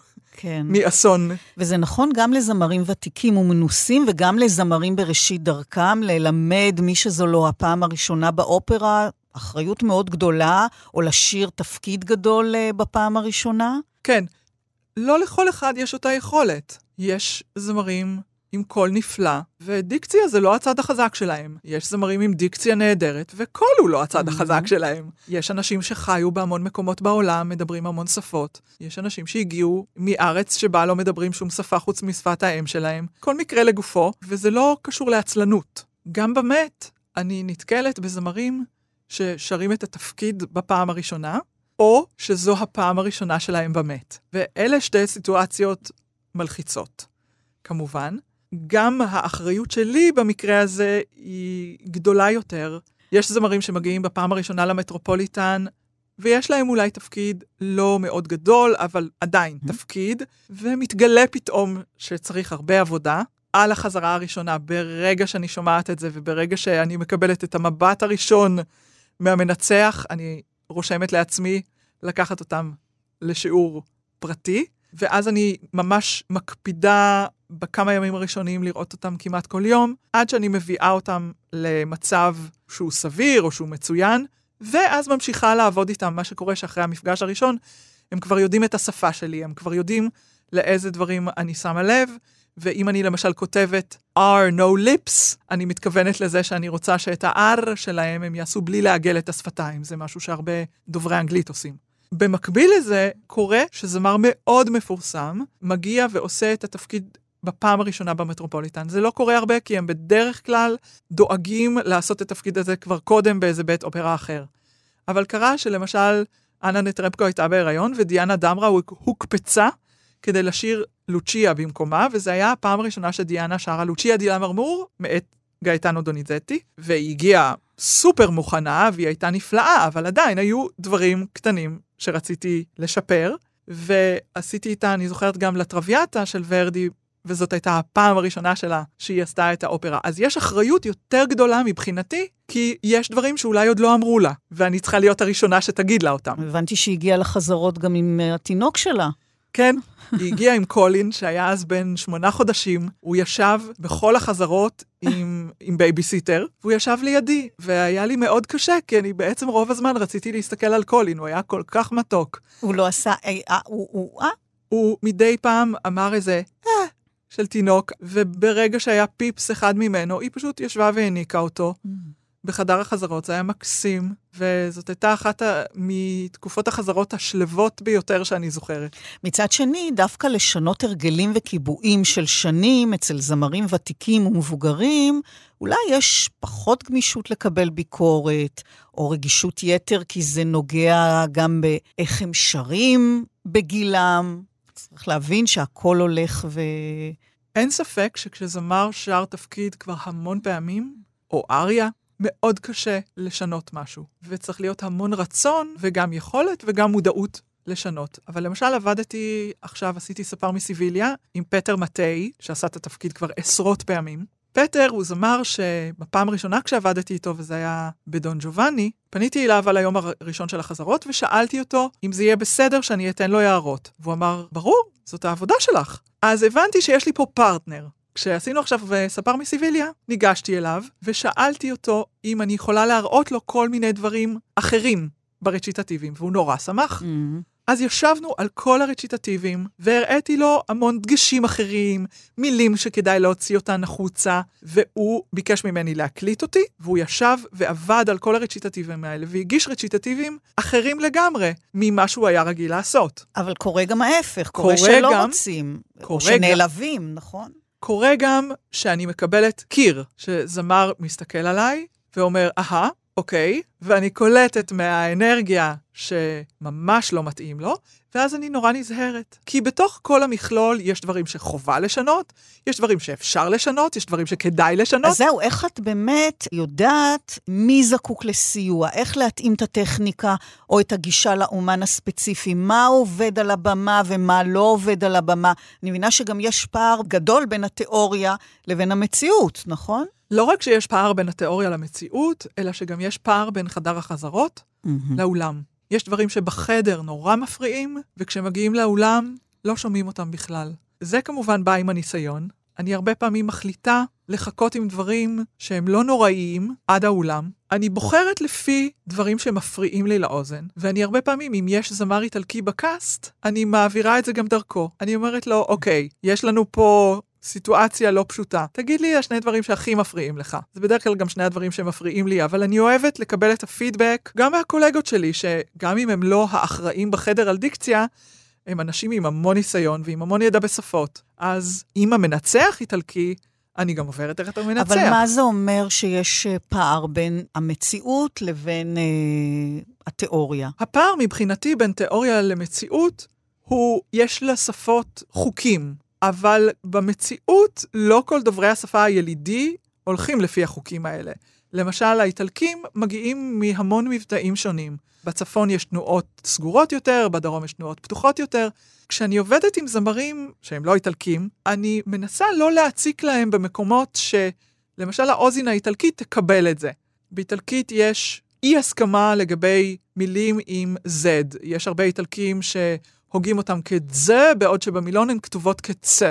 מאסון. וזה נכון גם לזמרים ותיקים ומנוסים, וגם לזמרים בראשית דרכם, ללמד מי שזו לא הפעם הראשונה באופרה, אחריות מאוד גדולה, או לשיר תפקיד גדול בפעם הראשונה? כן. לא לכל אחד יש אותה יכולת. יש זמרים עם קול נפלא, ודיקציה זה לא הצד החזק שלהם. יש זמרים עם דיקציה נהדרת, וקול הוא לא הצד החזק שלהם. יש אנשים שחיו בהמון מקומות בעולם, מדברים המון שפות. יש אנשים שהגיעו מארץ שבה לא מדברים שום שפה חוץ משפת האם שלהם. כל מקרה לגופו, וזה לא קשור לעצלנות. גם באמת, אני נתקלת בזמרים ששרים את התפקיד בפעם הראשונה, או שזו הפעם הראשונה שלהם באמת. ואלה שתי סיטואציות מלחיצות. כמובן, גם האחריות שלי במקרה הזה היא גדולה יותר. יש זמרים שמגיעים בפעם הראשונה למטרופוליטן, ויש להם אולי תפקיד לא מאוד גדול, אבל עדיין תפקיד, ומתגלה פתאום שצריך הרבה עבודה. על החזרה הראשונה, ברגע שאני שומעת את זה, וברגע שאני מקבלת את המבט הראשון מהמנצח, אני רושמת לעצמי לקחת אותם לשיעור פרטי, ואז אני ממש מקפידה בכמה ימים הראשונים לראות אותם כמעט כל יום, עד שאני מביאה אותם למצב שהוא סביר או שהוא מצוין, ואז ממשיכה לעבוד איתם. מה שקורה שאחרי המפגש הראשון, הם כבר יודעים את השפה שלי, הם כבר יודעים לאיזה דברים אני שמה לב, ואם אני למשל כותבת are no lips, אני מתכוונת לזה שאני רוצה שאת ה-R שלהם הם יעשו בלי לעגל את השפתיים. זה משהו שהרבה דוברי אנגלית עושים. במקביל לזה קורה שזמר מאוד מפורסם, מגיע ועושה את התפקיד בפעם הראשונה במטרופוליטן. זה לא קורה הרבה כי הם בדרך כלל דואגים לעשות את התפקיד הזה כבר קודם באיזה בית אופרה אחר. אבל קרה שלמשל אנה נטרבקו הייתה בהיריון ודיאנה דמרה הוקפצה כדי לשיר לוצ'יה במקומה, וזה היה הפעם הראשונה שדיאנה שרה לוצ'יה די למרמור מאת גאיטנו דוניזטי, והיא הגיעה סופר מוכנה והיא הייתה נפלאה, אבל עדיין היו דברים קטנים שרציתי לשפר, ועשיתי איתה, אני זוכרת גם לטרוויאטה של ורדי, וזאת הייתה הפעם הראשונה שלה שהיא עשתה את האופרה. אז יש אחריות יותר גדולה מבחינתי, כי יש דברים שאולי עוד לא אמרו לה, ואני צריכה להיות הראשונה שתגיד לה אותם. הבנתי שהיא הגיעה לחזרות גם עם התינוק שלה. כן, היא הגיעה עם קולין, שהיה אז בן 8 חודשים, הוא ישב בכל החזרות עם בייביסיטר, והוא ישב לידי, והיה לי מאוד קשה, כי אני בעצם רוב הזמן רציתי להסתכל על קולין, הוא היה כל כך מתוק. הוא לא עשה, הוא מדי פעם אמר איזה, של תינוק, וברגע שהיה פיפס אחד ממנו, היא פשוט ישבה והעניקה אותו. בחדר החזרות, זה היה מקסים, וזאת הייתה אחת מתקופות החזרות השלבות ביותר שאני זוכרת. מצד שני, דווקא לשנות הרגלים וקיבועים של שנים אצל זמרים ותיקים ומבוגרים, אולי יש פחות גמישות לקבל ביקורת, או רגישות יתר, כי זה נוגע גם באיך הם שרים בגילם. צריך להבין שהכל הולך אין ספק שכשזמר שר תפקיד כבר המון פעמים, או אריה, מאוד קשה לשנות משהו, וצריך להיות המון רצון, וגם יכולת, וגם מודעות לשנות. אבל למשל עשיתי ספר מסיביליה, עם פטר מטאי, שעשה את התפקיד כבר עשרות פעמים. פטר הוא זמר שבפעם הראשונה כשעבדתי איתו, וזה היה בדון ג'ובאני, פניתי אליו על היום הראשון של החזרות, ושאלתי אותו אם זה יהיה בסדר שאני אתן לו הערות. והוא אמר, ברור, זאת העבודה שלך. אז הבנתי שיש לי פה פרטנר. כשעשינו עכשיו ספר מסיביליה, ניגשתי אליו ושאלתי אותו אם אני יכולה להראות לו כל מיני דברים אחרים ברציטטיביים, והוא נורא שמח. אז ישבנו על כל הרציטטיביים, והראיתי לו המון דגשים אחרים, מילים שכדאי להוציא אותן החוצה, והוא ביקש ממני להקליט אותי, והוא ישב ועבד על כל הרציטטיביים האלה, והגיש רציטטיביים אחרים לגמרי, ממה שהוא היה רגיל לעשות. אבל קורה גם ההפך, קורה שלא רוצים, או שנעלבים, נכון? קורה גם שאני מקבלת קיר, שזמר מסתכל עליי ואומר, אוקיי, ואני קולטת מהאנרגיה שממש לא מתאים לו, ואז אני נורא נזהרת. כי בתוך כל המכלול יש דברים שחובה לשנות, יש דברים שאפשר לשנות, יש דברים שכדאי לשנות. אז זהו, איך את באמת יודעת מי זקוק לסיוע, איך להתאים את הטכניקה או את הגישה לאומן הספציפי, מה עובד על הבמה ומה לא עובד על הבמה. אני מבינה שגם יש פער גדול בין התיאוריה לבין המציאות, נכון? לא רק שיש פער בין התיאוריה למציאות, אלא שגם יש פער בין חדר החזרות לאולם. יש דברים שבחדר נורא מפריעים, וכשמגיעים לאולם לא שומעים אותם בכלל. זה כמובן בא עם הניסיון. אני הרבה פעמים מחליטה לחכות עם דברים שהם לא נוראיים עד האולם. אני בוחרת לפי דברים שמפריעים לי לאוזן, ואני הרבה פעמים, אם יש זמר איטלקי בקאסט, אני מעבירה את זה גם דרכו. אני אומרת לו, אוקיי, יש לנו פה סיטואציה לא פשוטה. תגיד לי השני דברים שהכי מפריעים לך. זה בדרך כלל גם שני הדברים שמפריעים לי, אבל אני אוהבת לקבל את הפידבק גם מהקולגות שלי, שגם אם הם לא האחראים בחדר על דיקציה, הם אנשים עם המון ניסיון ועם המון ידע בשפות. אז אם המנצח איטלקי, אני גם עוברת איך אתה מנצח. אבל מה זה אומר שיש פער בין המציאות לבין התיאוריה? הפער מבחינתי בין תיאוריה למציאות יש לשפות חוקים. אבל במציאות לא כל דוברי השפה הילידי הולכים לפי החוקים האלה. למשל, האיטלקים מגיעים מהמון מבטאים שונים. בצפון יש תנועות סגורות יותר, בדרום יש תנועות פתוחות יותר. כשאני עובדת עם זמרים שהם לא איטלקים, אני מנסה לא להציק להם במקומות שלמשל האוזן האיטלקית תקבל את זה. באיטלקית יש אי הסכמה לגבי מילים עם Z. יש הרבה איטלקים שהוגים אותם כזה, בעוד שבמילון הן כתובות כצה.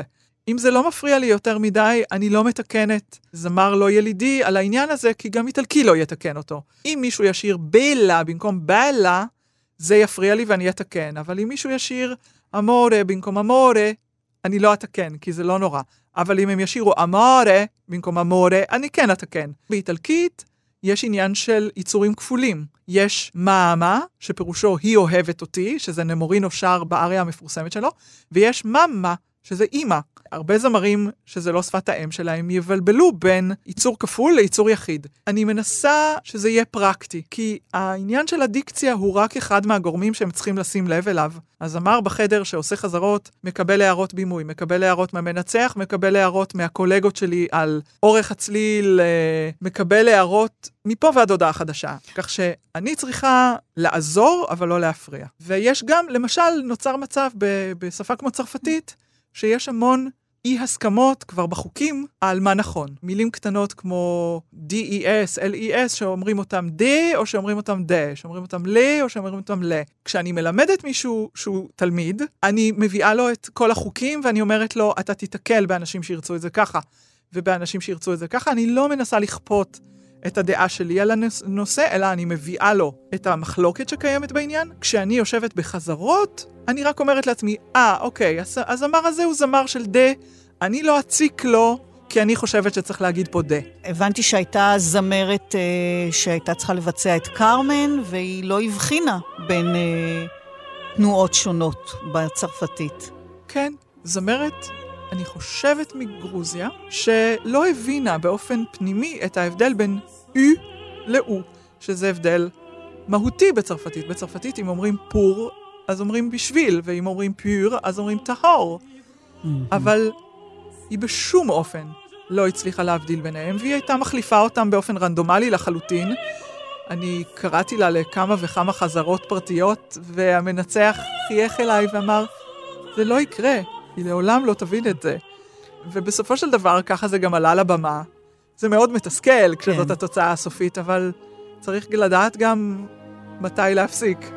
אם זה לא מפריע לי יותר מדי, אני לא מתקנת זמר לא ילידי על העניין הזה, כי גם איטלקי לא יתקן אותו. אם מישהו ישיר בלה במקום בלה, זה יפריע לי ואני אתקן. אבל אם מישהו ישיר אמורה במקום אמורה, אני לא אתקן, כי זה לא נורא. אבל אם הם ישירו אמורה במקום אמורה, אני כן אתקן. באיטלקית יש עניין של יצורים כפולים. יש מאמה, שפירושו היא אוהבת אותי, שזה נמורינו שר באריה המפורסמת שלו, ויש מממה, שזה אימא. הרבה זמרים שזה לא שפת האם שלהם יבלבלו בין ייצור כפול לייצור יחיד. אני מנסה שזה יהיה פרקטי, כי העניין של הדיקציה הוא רק אחד מהגורמים שהם צריכים לשים לב אליו. הזמר בחדר שעושה חזרות מקבל הערות בימוי, מקבל הערות מהמנצח, מקבל הערות מהקולגות שלי על אורך הצליל, מקבל הערות מפה ועד הודעה חדשה. כך שאני צריכה לעזור, אבל לא להפריע. ויש גם, למשל, נוצר מצב בשפה כמו צרפתית, שיש המון אי-הסכמות כבר בחוקים על מה נכון. מילים קטנות כמו DES, LES, שאומרים אותם D או שאומרים אותם D, שאומרים אותם ל או שאומרים אותם ל. כשאני מלמדת מישהו שהוא תלמיד, אני מביאה לו את כל החוקים ואני אומרת לו, אתה תתקל באנשים שירצו את זה ככה, ובאנשים שירצו את זה ככה. אני לא מנסה לכפות את הדעה שלי על הנושא, אלא אני מביאה לו את המחלוקת שקיימת בעניין. כשאני יושבת בחזרות, אני רק אומרת לעצמי, אוקיי, הזמר הזה הוא זמר של דה, אני לא אציק לו, כי אני חושבת שצריך להגיד פה דה. הבנתי שהייתה זמרת שהייתה צריכה לבצע את קרמן, והיא לא הבחינה בין תנועות שונות בצרפתית. כן, זמרת, אני חושבת מגרוזיה, שלא הבינה באופן פנימי את ההבדל בין U ל-U, שזה הבדל מהותי בצרפתית. בצרפתית, אם אומרים פור, אז אומרים בשביל, ואם אומרים פור, אז אומרים טהור. אבל היא בשום אופן לא הצליחה להבדיל ביניהם, והיא הייתה מחליפה אותם באופן רנדומלי לחלוטין. אני קראתי לה לכמה וכמה חזרות פרטיות, והמנצח חייך אליי ואמר, זה לא יקרה, היא לעולם לא תבין את זה. ובסופו של דבר, ככה זה גם עלה לבמה. זה מאוד מתסכל כשזאת התוצאה הסופית, אבל צריך לדעת גם מתי להפסיק.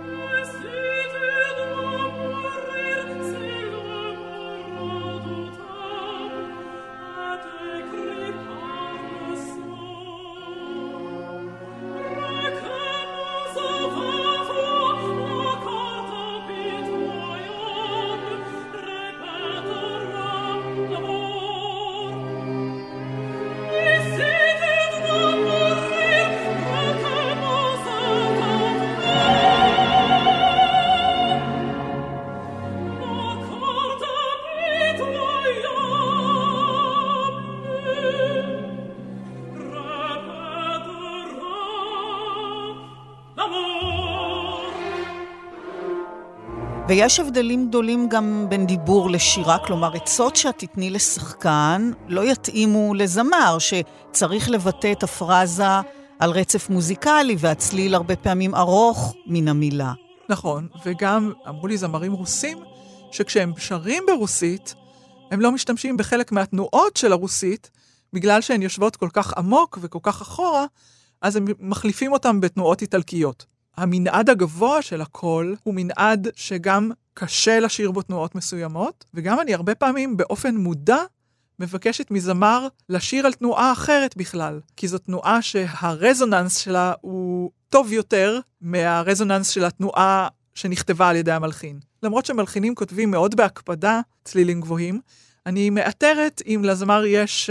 ויש הבדלים גדולים גם בין דיבור לשירה, כלומר, עצות שאת תתני לשחקן לא יתאימו לזמר, שצריך לבטא את הפרזה על רצף מוזיקלי, והצליל הרבה פעמים ארוך מן המילה. נכון, וגם אמרו לי זמרים רוסים, שכשהם שרים ברוסית, הם לא משתמשים בחלק מהתנועות של הרוסית, בגלל שהן יושבות כל כך עמוק וכל כך אחורה, אז הם מחליפים אותם בתנועות איטלקיות. המנעד הגבוה של הקול הוא מנעד שגם קשה לשיר בו תנועות מסוימות, וגם אני הרבה פעמים באופן מודע מבקשת מזמר לשיר על תנועה אחרת בכלל, כי זו תנועה שהרזוננס שלה הוא טוב יותר מהרזוננס של התנועה שנכתבה על ידי המלחין. למרות שמלחינים כותבים מאוד בהקפדה צלילים גבוהים, אני מאתרת אם לזמר יש...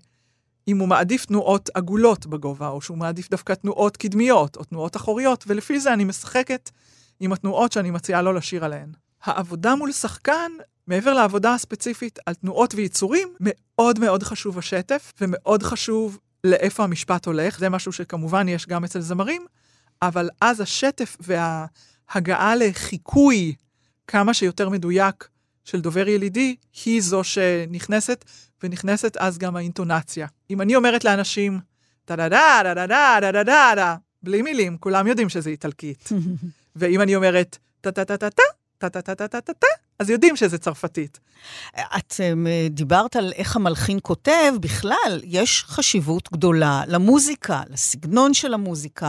אם הוא מעדיף תנועות עגולות בגובה, או שהוא מעדיף דווקא תנועות קדמיות, או תנועות אחוריות, ולפי זה אני משחקת עם התנועות שאני מציעה לו לשיר עליהן. העבודה מול שחקן, מעבר לעבודה הספציפית על תנועות ויצורים, מאוד מאוד חשוב השטף, ומאוד חשוב לאיפה המשפט הולך. זה משהו שכמובן יש גם אצל זמרים, אבל אז השטף וההגעה לחיקוי כמה שיותר מדויק של דובר ילידי, היא זו שנכנסת, ונכנסת אז גם האינטונציה. אם אני אומרת לאנשים, טה-דה-דה-דה-דה-דה-דה-דה, בלי מילים, כולם יודעים שזה איטלקית. ואם אני אומרת, טה-טה-טה-טה-טה, טה-טה-טה-טה-טה, אז יודעים שזה צרפתית. את דיברת על איך המלחין כותב, בכלל יש חשיבות גדולה למוזיקה, לסגנון של המוזיקה,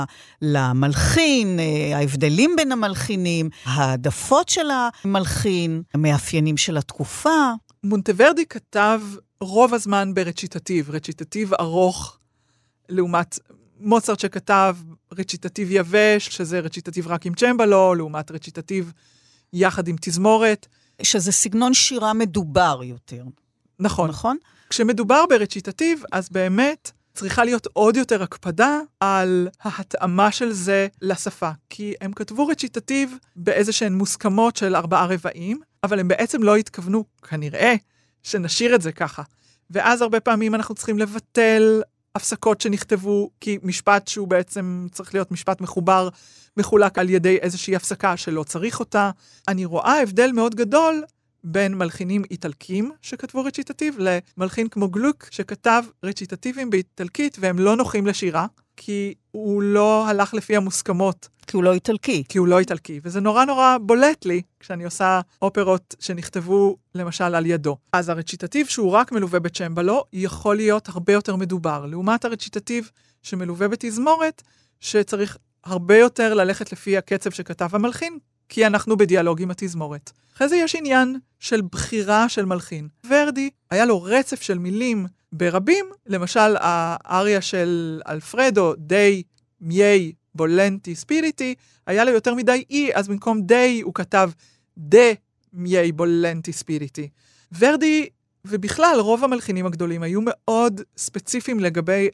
למלחין, ההבדלים בין המלחינים, העדפות של המלחין, המאפיינים של התקופה. מונטוורדי כתב רוב הזמן ברציטטיב, רציטטיב ארוך, לעומת מוצרט שכתב רציטטיב יבש, שזה רציטטיב רק עם צ'מבלו, לעומת רציטטיב יחד עם תזמורת. שזה סגנון שירה מדובר יותר. נכון. נכון? כשמדובר ברציטטיב, אז באמת צריכה להיות עוד יותר הקפדה על ההתאמה של זה לשפה. כי הם כתבו רציטטיב באיזשהן מוסכמות של 4 רבעים, אבל הם בעצם לא התכוונו, כנראה, שנשאיר את זה ככה. ואז הרבה פעמים אנחנו צריכים לבטל הפסקות שנכתבו, כי משפט שהוא בעצם צריך להיות משפט מחובר, מחולק על ידי איזושהי הפסקה שלא צריך אותה. אני רואה הבדל מאוד גדול בין מלחינים איטלקים שכתבו רציטטיב, למלחין כמו גלוק שכתב רציטטיבים באיטלקית, והם לא נוחים לשירה, כי הוא לא הלך לפי המוסכמות. כי הוא לא איטלקי. כי הוא לא איטלקי, וזה נורא נורא בולט לי כשאני עושה אופרות שנכתבו למשל על ידו. אז הרציטטיב שהוא רק מלווה בצ'מבלו, יכול להיות הרבה יותר מדובר, לעומת הרציטטיב שמלווה בתזמורת, שצריך הרבה יותר ללכת לפי הקצב שכתב המלחין, כי אנחנו בדיאלוג עם התזמורת. אחרי זה יש עניין של בחירה של מלחין. ורדי, היה לו רצף של מילים ברבים, למשל האריה של אלפרדו, די, מיי, בולנטי, ספיריטי, היה לו יותר מדי אי, אז במקום די הוא כתב דה מיי בולנטי ספיריטי. ורדי, ובכלל רוב המלחינים הגדולים, היו מאוד ספציפיים לגבי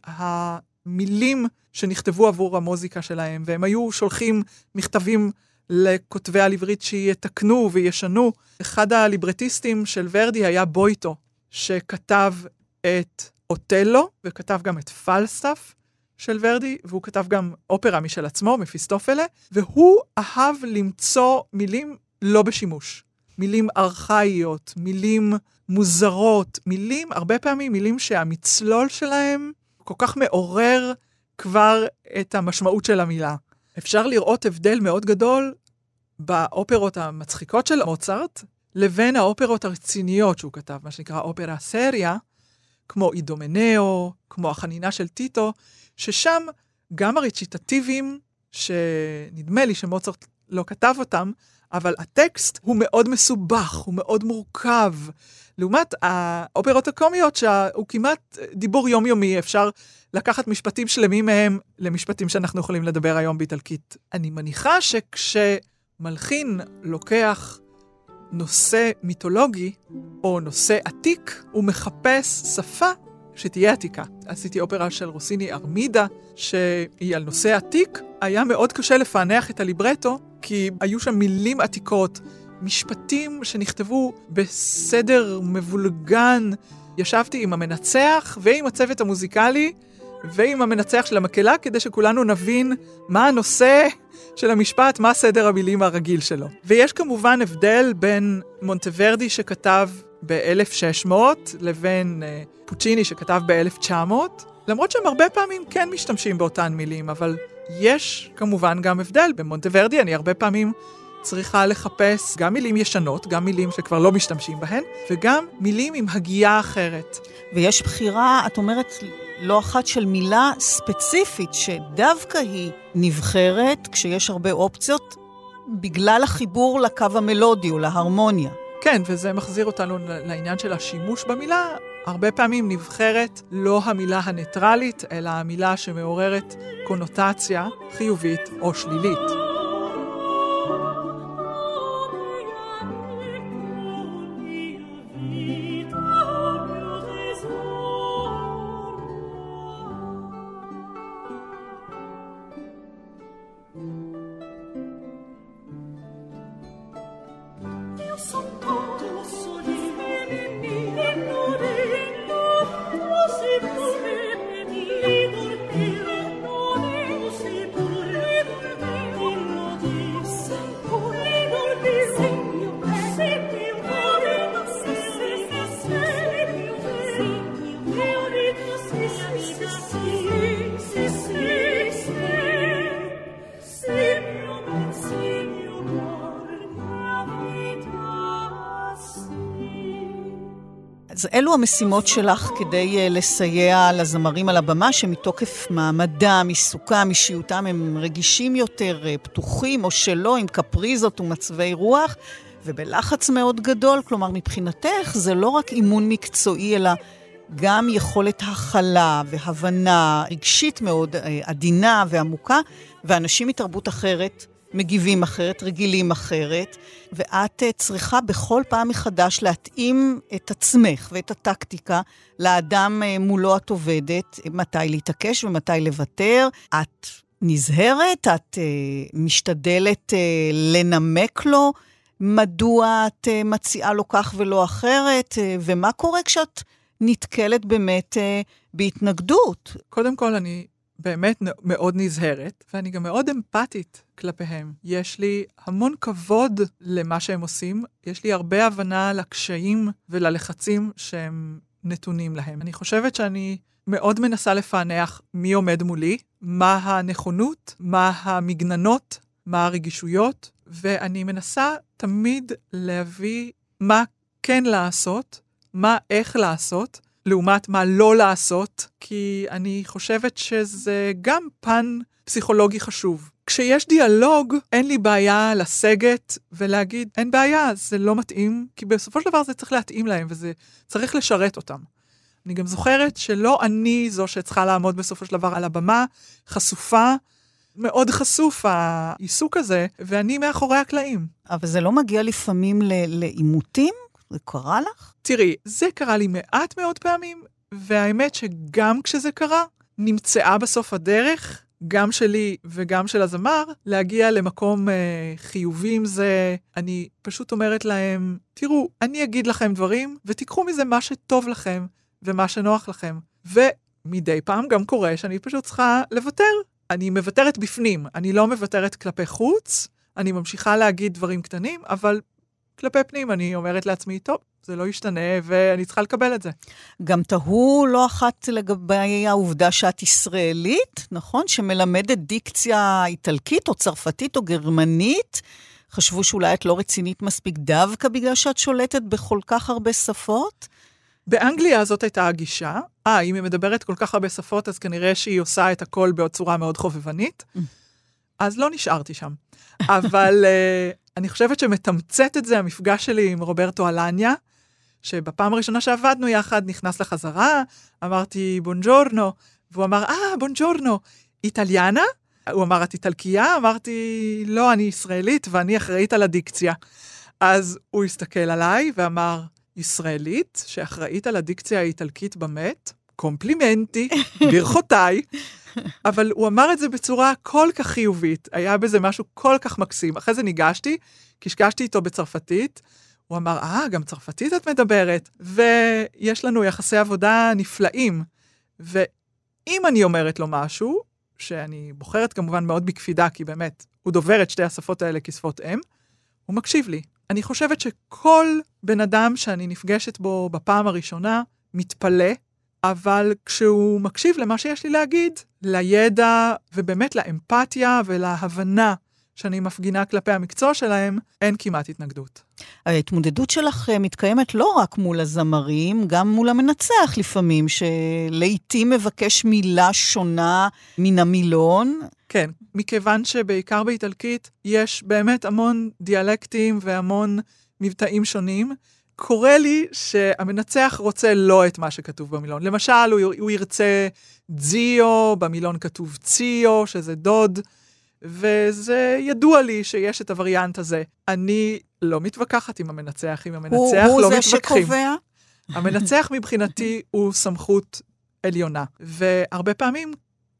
המילים שנכתבו עבור המוזיקה שלהם, והם היו שולחים מכתבים לכותבי על עברית שיתקנו וישנו. אחד הליברטיסטים של ורדי היה בויטו, שכתב את אוטלו, וכתב גם את פלסטף של ורדי, והוא כתב גם אופרה משל עצמו, מפיסטופלה, והוא אהב למצוא מילים לא בשימוש. מילים ארכאיות, מילים מוזרות, מילים, הרבה פעמים מילים שהמצלול שלהם כל כך מעורר כבר את המשמעות של המילה. אפשר לראות הבדל מאוד גדול באופרות המצחיקות של מוצרט, לבין האופרות הרציניות שהוא כתב, מה שנקרא אופרה סריה, כמו אידומנאו, כמו החנינה של טיטו, ששם גם הרציטטיבים, שנדמה לי שמוצרט לא כתב אותם, אבל הטקסט הוא מאוד מסובך, הוא מאוד מורכב. לעומת האופרות הקומיות, שהוא כמעט דיבור יומיומי, אפשר לקחת משפטים שלמים מהם למשפטים שאנחנו יכולים לדבר היום באיטלקית. אני מניחה שכשמלחין לוקח נושא מיתולוגי או נושא עתיק, הוא מחפש שפה שתהיה עתיקה. עשיתי אופרה של רוסיני ארמידה, שהיא על נושא עתיק. היה מאוד קשה לפענח את הליברטו, כי היו שם מילים עתיקות, משפטים שנכתבו בסדר מבולגן. ישבתי עם המנצח ועם הצוות המוזיקלי ועם המנצח של המקהלה, כדי שכולנו נבין מה הנושא של המשפט, מה סדר המילים הרגיל שלו. ויש כמובן הבדל בין מונטוורדי שכתב ב-1600 לבין פוצ'יני שכתב ב-1900, למרות שהם הרבה פעמים כן משתמשים באותן מילים, אבל יש כמובן גם הבדל. במונטוורדי אני הרבה פעמים צריכה לחפש גם מילים ישנות, גם מילים שכבר לא משתמשים בהן, וגם מילים עם הגייה אחרת. ויש בחירה, את אומרת, לא אחת של מילה ספציפית, שדווקא היא נבחרת כשיש הרבה אופציות, בגלל החיבור לקו המלודי או להרמוניה. כן, וזה מחזיר אותנו לעניין של השימוש במילה. הרבה פעמים נבחרת לא המילה הניטרלית, אלא המילה שמעוררת קונוטציה חיובית או שלילית. אז אלו המשימות שלך כדי לסייע לזמרים על הבמה, שמתוקף מעמדם, עיסוקם, אישיותם, הם רגישים יותר, פתוחים או שלא, עם קפריזות ומצבי רוח, ובלחץ מאוד גדול, כלומר מבחינתך זה לא רק אימון מקצועי, אלא גם יכולת הכלה והבנה רגשית מאוד עדינה ועמוקה, ואנשים מתרבות אחרת מגיבים אחרת, רגילים אחרת, ואת צריכה בכל פעם מחדש להתאים את עצמך ואת הטקטיקה לאדם מולו את עובדת, מתי להתעקש ומתי לוותר. את נזהרת, את משתדלת לנמק לו, מדוע את מציעה לו כך ולא אחרת, ומה קורה כשאת נתקלת באמת בהתנגדות? קודם כל אני באמת מאוד נזהרת, ואני גם מאוד אמפתית כלפיהם. יש לי המון כבוד למה שהם עושים, יש לי הרבה הבנה לקשיים וללחצים שהם נתונים להם. אני חושבת שאני מאוד מנסה לפענח מי עומד מולי, מה הנכונות, מה המגננות, מה הרגישויות, ואני מנסה תמיד להביא מה כן לעשות, מה איך לעשות, לעומת מה לא לעשות, כי אני חושבת שזה גם פן פסיכולוגי חשוב. כשיש דיאלוג, אין לי בעיה לסגת ולהגיד, אין בעיה, זה לא מתאים, כי בסופו של דבר זה צריך להתאים להם, וזה צריך לשרת אותם. אני גם זוכרת שלא אני זו שצריכה לעמוד בסופו של דבר על הבמה, חשופה, מאוד חשוף העיסוק הזה, ואני מאחורי הקלעים. אבל זה לא מגיע לפעמים לעימותים? זה קרה לך? תראי, זה קרה לי מעט מאוד פעמים, והאמת שגם כשזה קרה, נמצאה בסוף הדרך, גם שלי וגם של הזמר, להגיע למקום חיובי עם זה. אני פשוט אומרת להם, תראו, אני אגיד לכם דברים, ותיקחו מזה מה שטוב לכם, ומה שנוח לכם. ומדי פעם גם קורה שאני פשוט צריכה לוותר. אני מוותרת בפנים, אני לא מוותרת כלפי חוץ, אני ממשיכה להגיד דברים קטנים, אבל כלפי פנים אני אומרת לעצמי, טוב, זה לא ישתנה, ואני צריכה לקבל את זה. גם תהו לא אחת לגבי העובדה שאת ישראלית, נכון? שמלמדת דיקציה איטלקית או צרפתית או גרמנית. חשבו שאולי את לא רצינית מספיק דווקא בגלל שאת שולטת בכל כך הרבה שפות? באנגליה זאת הייתה הגישה. אם היא מדברת כל כך הרבה שפות, אז כנראה שהיא עושה את הכל בצורה מאוד חובבנית. אז לא נשארתי שם. אבל אני חושבת שמתמצת את זה המפגש שלי עם רוברטו אלניה, שבפעם הראשונה שעבדנו יחד נכנס לחזרה, אמרתי בונג'ורנו, והוא אמר, בונג'ורנו, איטליאנה? הוא אמר, את איטלקייה? אמרתי, לא, אני ישראלית ואני אחראית על הדיקציה. אז הוא הסתכל עליי ואמר, ישראלית שאחראית על הדיקציה האיטלקית באמת, קומפלימנטי, ברכותיי, אבל הוא אמר את זה בצורה כל כך חיובית, היה בזה משהו כל כך מקסים. אחרי זה ניגשתי, קשקשתי איתו בצרפתית, הוא אמר, גם צרפתית את מדברת, ויש לנו יחסי עבודה נפלאים, ואם אני אומרת לו משהו, שאני בוחרת כמובן מאוד בקפידה, כי באמת הוא דובר את שתי השפות האלה כשפות אם, הוא מקשיב לי. אני חושבת שכל בן אדם שאני נפגשת בו בפעם הראשונה, מתפלא, אבל כשהוא מקשיב למה שיש לי להגיד, לידע ובאמת לאמפתיה ולהבנה שאני מפגינה כלפי המקצוע שלהם, אין כמעט התנגדות. ההתמודדות שלך מתקיימת לא רק מול הזמרים, גם מול המנצח לפעמים, שלעיתים מבקש מילה שונה מן המילון. כן, מכיוון שבעיקר באיטלקית יש באמת המון דיאלקטים והמון מבטאים שונים, קורה לי שהמנצח רוצה לא את מה שכתוב במילון. למשל, הוא ירצה זיו, במילון כתוב ציו, שזה דוד, וזה ידוע לי שיש את הווריאנט הזה. אני לא מתווכחת עם המנצח, עם המנצח לא מתווכחים. הוא זה שקובע? המנצח מבחינתי הוא סמכות עליונה, והרבה פעמים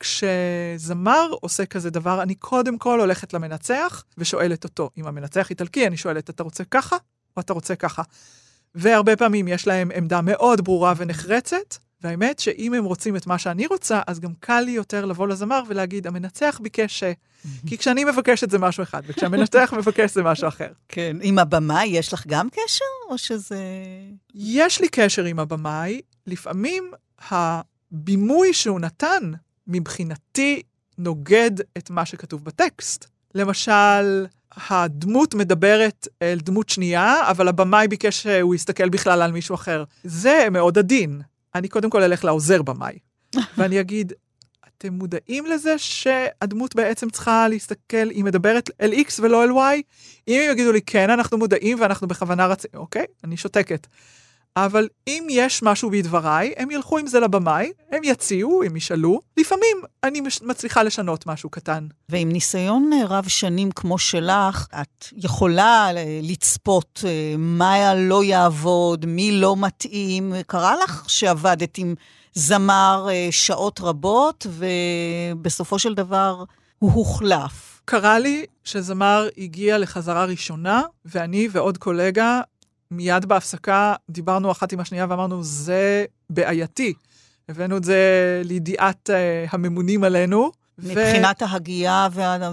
כשזמר עושה כזה דבר, אני קודם כל הולכת למנצח ושואלת אותו. אם המנצח איטלקי, אני שואלת, אתה רוצה ככה או אתה רוצה ככה? והרבה פעמים יש להם עמדה מאוד ברורה ונחרצת, והאמת שאם הם רוצים את מה שאני רוצה, אז גם קל לי יותר לבוא לזמר ולהגיד, המנצח ביקש ש... כי כשאני מבקשת זה משהו אחד, וכשהמנצח מבקש זה משהו אחר. כן. עם הבמאי יש לך גם קשר, או שזה... יש לי קשר עם הבמאי. לפעמים הבימוי שהוא נתן, מבחינתי נוגד את מה שכתוב בטקסט. למשל, הדמות מדברת אל דמות שנייה, אבל הבמאי ביקש שהוא יסתכל בכלל על מישהו אחר. זה מאוד עדין. אני קודם כל אלך לעוזר במאי, ואני אגיד, אתם מודעים לזה שהדמות בעצם צריכה להסתכל, היא מדברת אל X ולא אל Y? אם הם יגידו לי, כן, אנחנו מודעים ואנחנו בכוונה רצים, אוקיי? אני שותקת. אבל אם יש משהו בדבריי, הם ילכו עם זה לבמאי, הם יציעו, הם ישאלו. לפעמים אני מצליחה לשנות משהו קטן. ועם ניסיון רב שנים כמו שלך, את יכולה לצפות מה לא יעבוד, מי לא מתאים. קרה לך שעבדת עם זמר שעות רבות, ובסופו של דבר הוא הוחלף. קרה לי שזמר הגיע לחזרה ראשונה, ואני ועוד קולגה, מיד בהפסקה דיברנו אחת עם השנייה ואמרנו, זה בעייתי. הבאנו את זה לידיעת הממונים עלינו. מבחינת ההגייה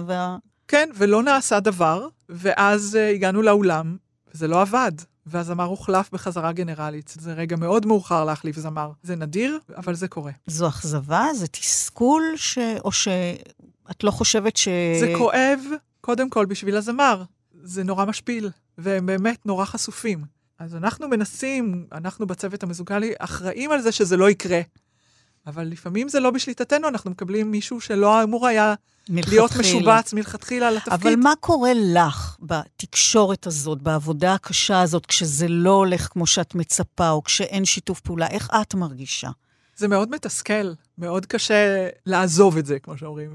כן, ולא נעשה דבר, ואז הגענו לאולם, וזה לא עבד. והזמר הוחלף בחזרה גנרלית. זה רגע מאוד מאוחר להחליף זמר. זה נדיר, אבל זה קורה. זו אכזבה? זה תסכול? או שאת לא חושבת זה כואב, קודם כל, בשביל הזמר. זה נורא משפיל, והם באמת נורא חשופים. אז אנחנו מנסים, אנחנו בצוות המוזיקלי, אחראים על זה שזה לא יקרה. אבל לפעמים זה לא בשליטתנו, אנחנו מקבלים מישהו שלא אמור היה להיות משובץ מלכתחילה לתפקיד. אבל מה קורה לך בתקשורת הזאת, בעבודה הקשה הזאת, כשזה לא הולך כמו שאת מצפה, או כשאין שיתוף פעולה? איך את מרגישה? זה מאוד מתסכל, מאוד קשה לעזוב את זה, כמו שאומרים.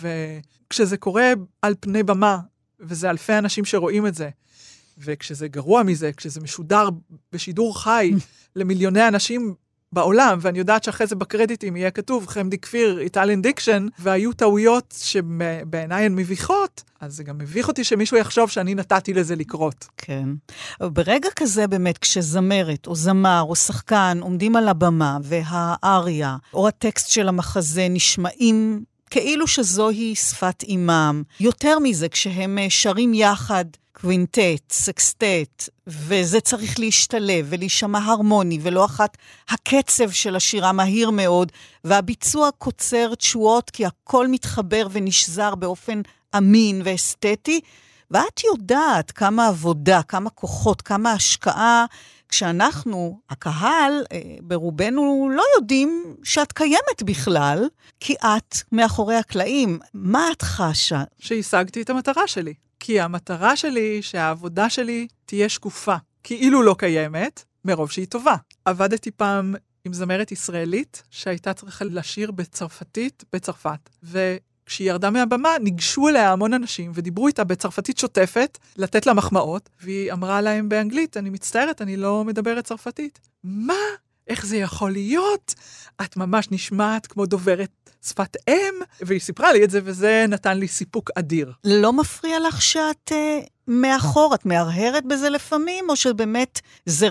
וכשזה קורה על פני במה, וזה אלפי אנשים שרואים את זה, וכשזה גרוע מזה, כשזה משודר בשידור חי למיליוני אנשים בעולם, ואני יודעת שאחרי זה בקרדיטים יהיה כתוב, חמדי כפיר, איטליאן דיקשן, והיו טעויות שבעיניי הן מביכות, אז זה גם מביך אותי שמישהו יחשוב שאני נתתי לזה לקרות. כן. ברגע כזה באמת, כשזמרת או זמר או שחקן עומדים על הבמה, והאריה או הטקסט של המחזה נשמעים כאילו שזוהי שפת אימם. יותר מזה, כשהם שרים יחד, קווינטט, סקסטט, וזה צריך להשתלב ולהישמע הרמוני, ולא אחת הקצב של השירה מהיר מאוד, והביצוע קוצר תשואות, כי הכל מתחבר ונשזר באופן אמין ואסתטי, ואת יודעת כמה עבודה, כמה כוחות, כמה השקעה, כשאנחנו, הקהל, ברובנו לא יודעים שאת קיימת בכלל, כי את מאחורי הקלעים. מה את חשה? שהשגתי את המטרה שלי. כי המטרה שלי שהעבודה שלי תהיה שקופה, כאילו לא קיימת, מרוב שהיא טובה. עבדתי פעם עם זמרת ישראלית, שהייתה צריכה לשיר בצרפתית בצרפת, וכשהיא ירדה מהבמה, ניגשו אליה המון אנשים, ודיברו איתה בצרפתית שוטפת, לתת לה מחמאות, והיא אמרה להם באנגלית, אני מצטערת, אני לא מדברת צרפתית. מה? איך זה יכול להיות? את ממש נשמעת כמו דוברת שפת אם, והיא סיפרה לי את זה, וזה נתן לי סיפוק אדיר. לא מפריע לך שאת מאחור, את מהרהרת בזה לפעמים, או שבאמת זה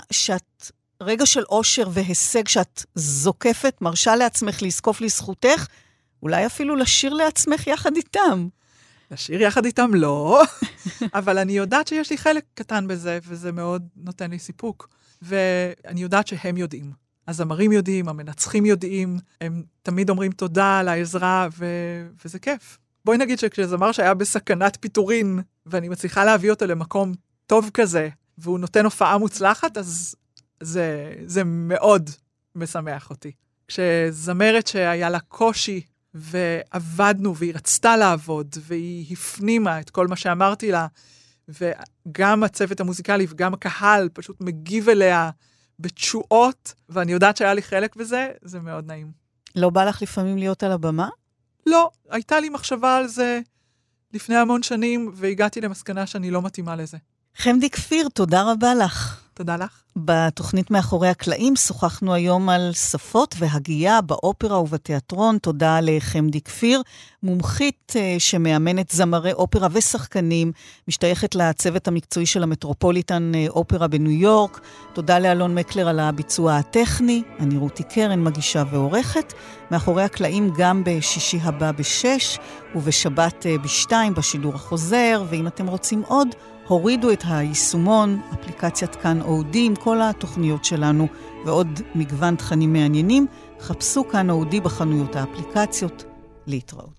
רגע של אושר והישג שאת זוקפת, מרשה לעצמך לזקוף לזכותך, אולי אפילו לשיר לעצמך יחד איתם. לשיר יחד איתם לא, אבל אני יודעת שיש לי חלק קטן בזה, וזה מאוד נותן לי סיפוק. ואני יודעת שהם יודעים. הזמרים יודעים, המנצחים יודעים, הם תמיד אומרים תודה על העזרה, וזה כיף. בואי נגיד שכשזמר שהיה בסכנת פיטורין, ואני מצליחה להביא אותו למקום טוב כזה, והוא נותן הופעה מוצלחת, אז זה מאוד משמח אותי. כשזמרת שהיה לה קושי, ועבדנו, והיא רצתה לעבוד, והיא הפנימה את כל מה שאמרתי לה, וגם הצוות המוזיקלי וגם הקהל פשוט מגיב אליה בתשואות, ואני יודעת שהיה לי חלק בזה, זה מאוד נעים. לא בא לך לפעמים להיות על הבמה? לא, הייתה לי מחשבה על זה לפני המון שנים, והגעתי למסקנה שאני לא מתאימה לזה. חמדי כפיר, תודה רבה לך. תודה לך. בתוכנית מאחורי הקלעים שוחחנו היום על שפות והגייה באופרה ובתיאטרון. תודה לחמדי כפיר, מומחית שמאמנת זמרי אופרה ושחקנים, משתייכת לצוות המקצועי של המטרופוליטן אופרה בניו יורק. תודה לאלון מקלר על הביצוע הטכני. אני רותי קרן, מגישה ועורכת. מאחורי הקלעים גם בשישי הבא ב-6 ובשבת ב-2 בשידור החוזר. ואם אתם רוצים עוד, הורידו את היישומון, אפליקציית כאן אודי עם כל התוכניות שלנו ועוד מגוון תכנים מעניינים. חפשו כאן אודי בחנויות האפליקציות. להתראות.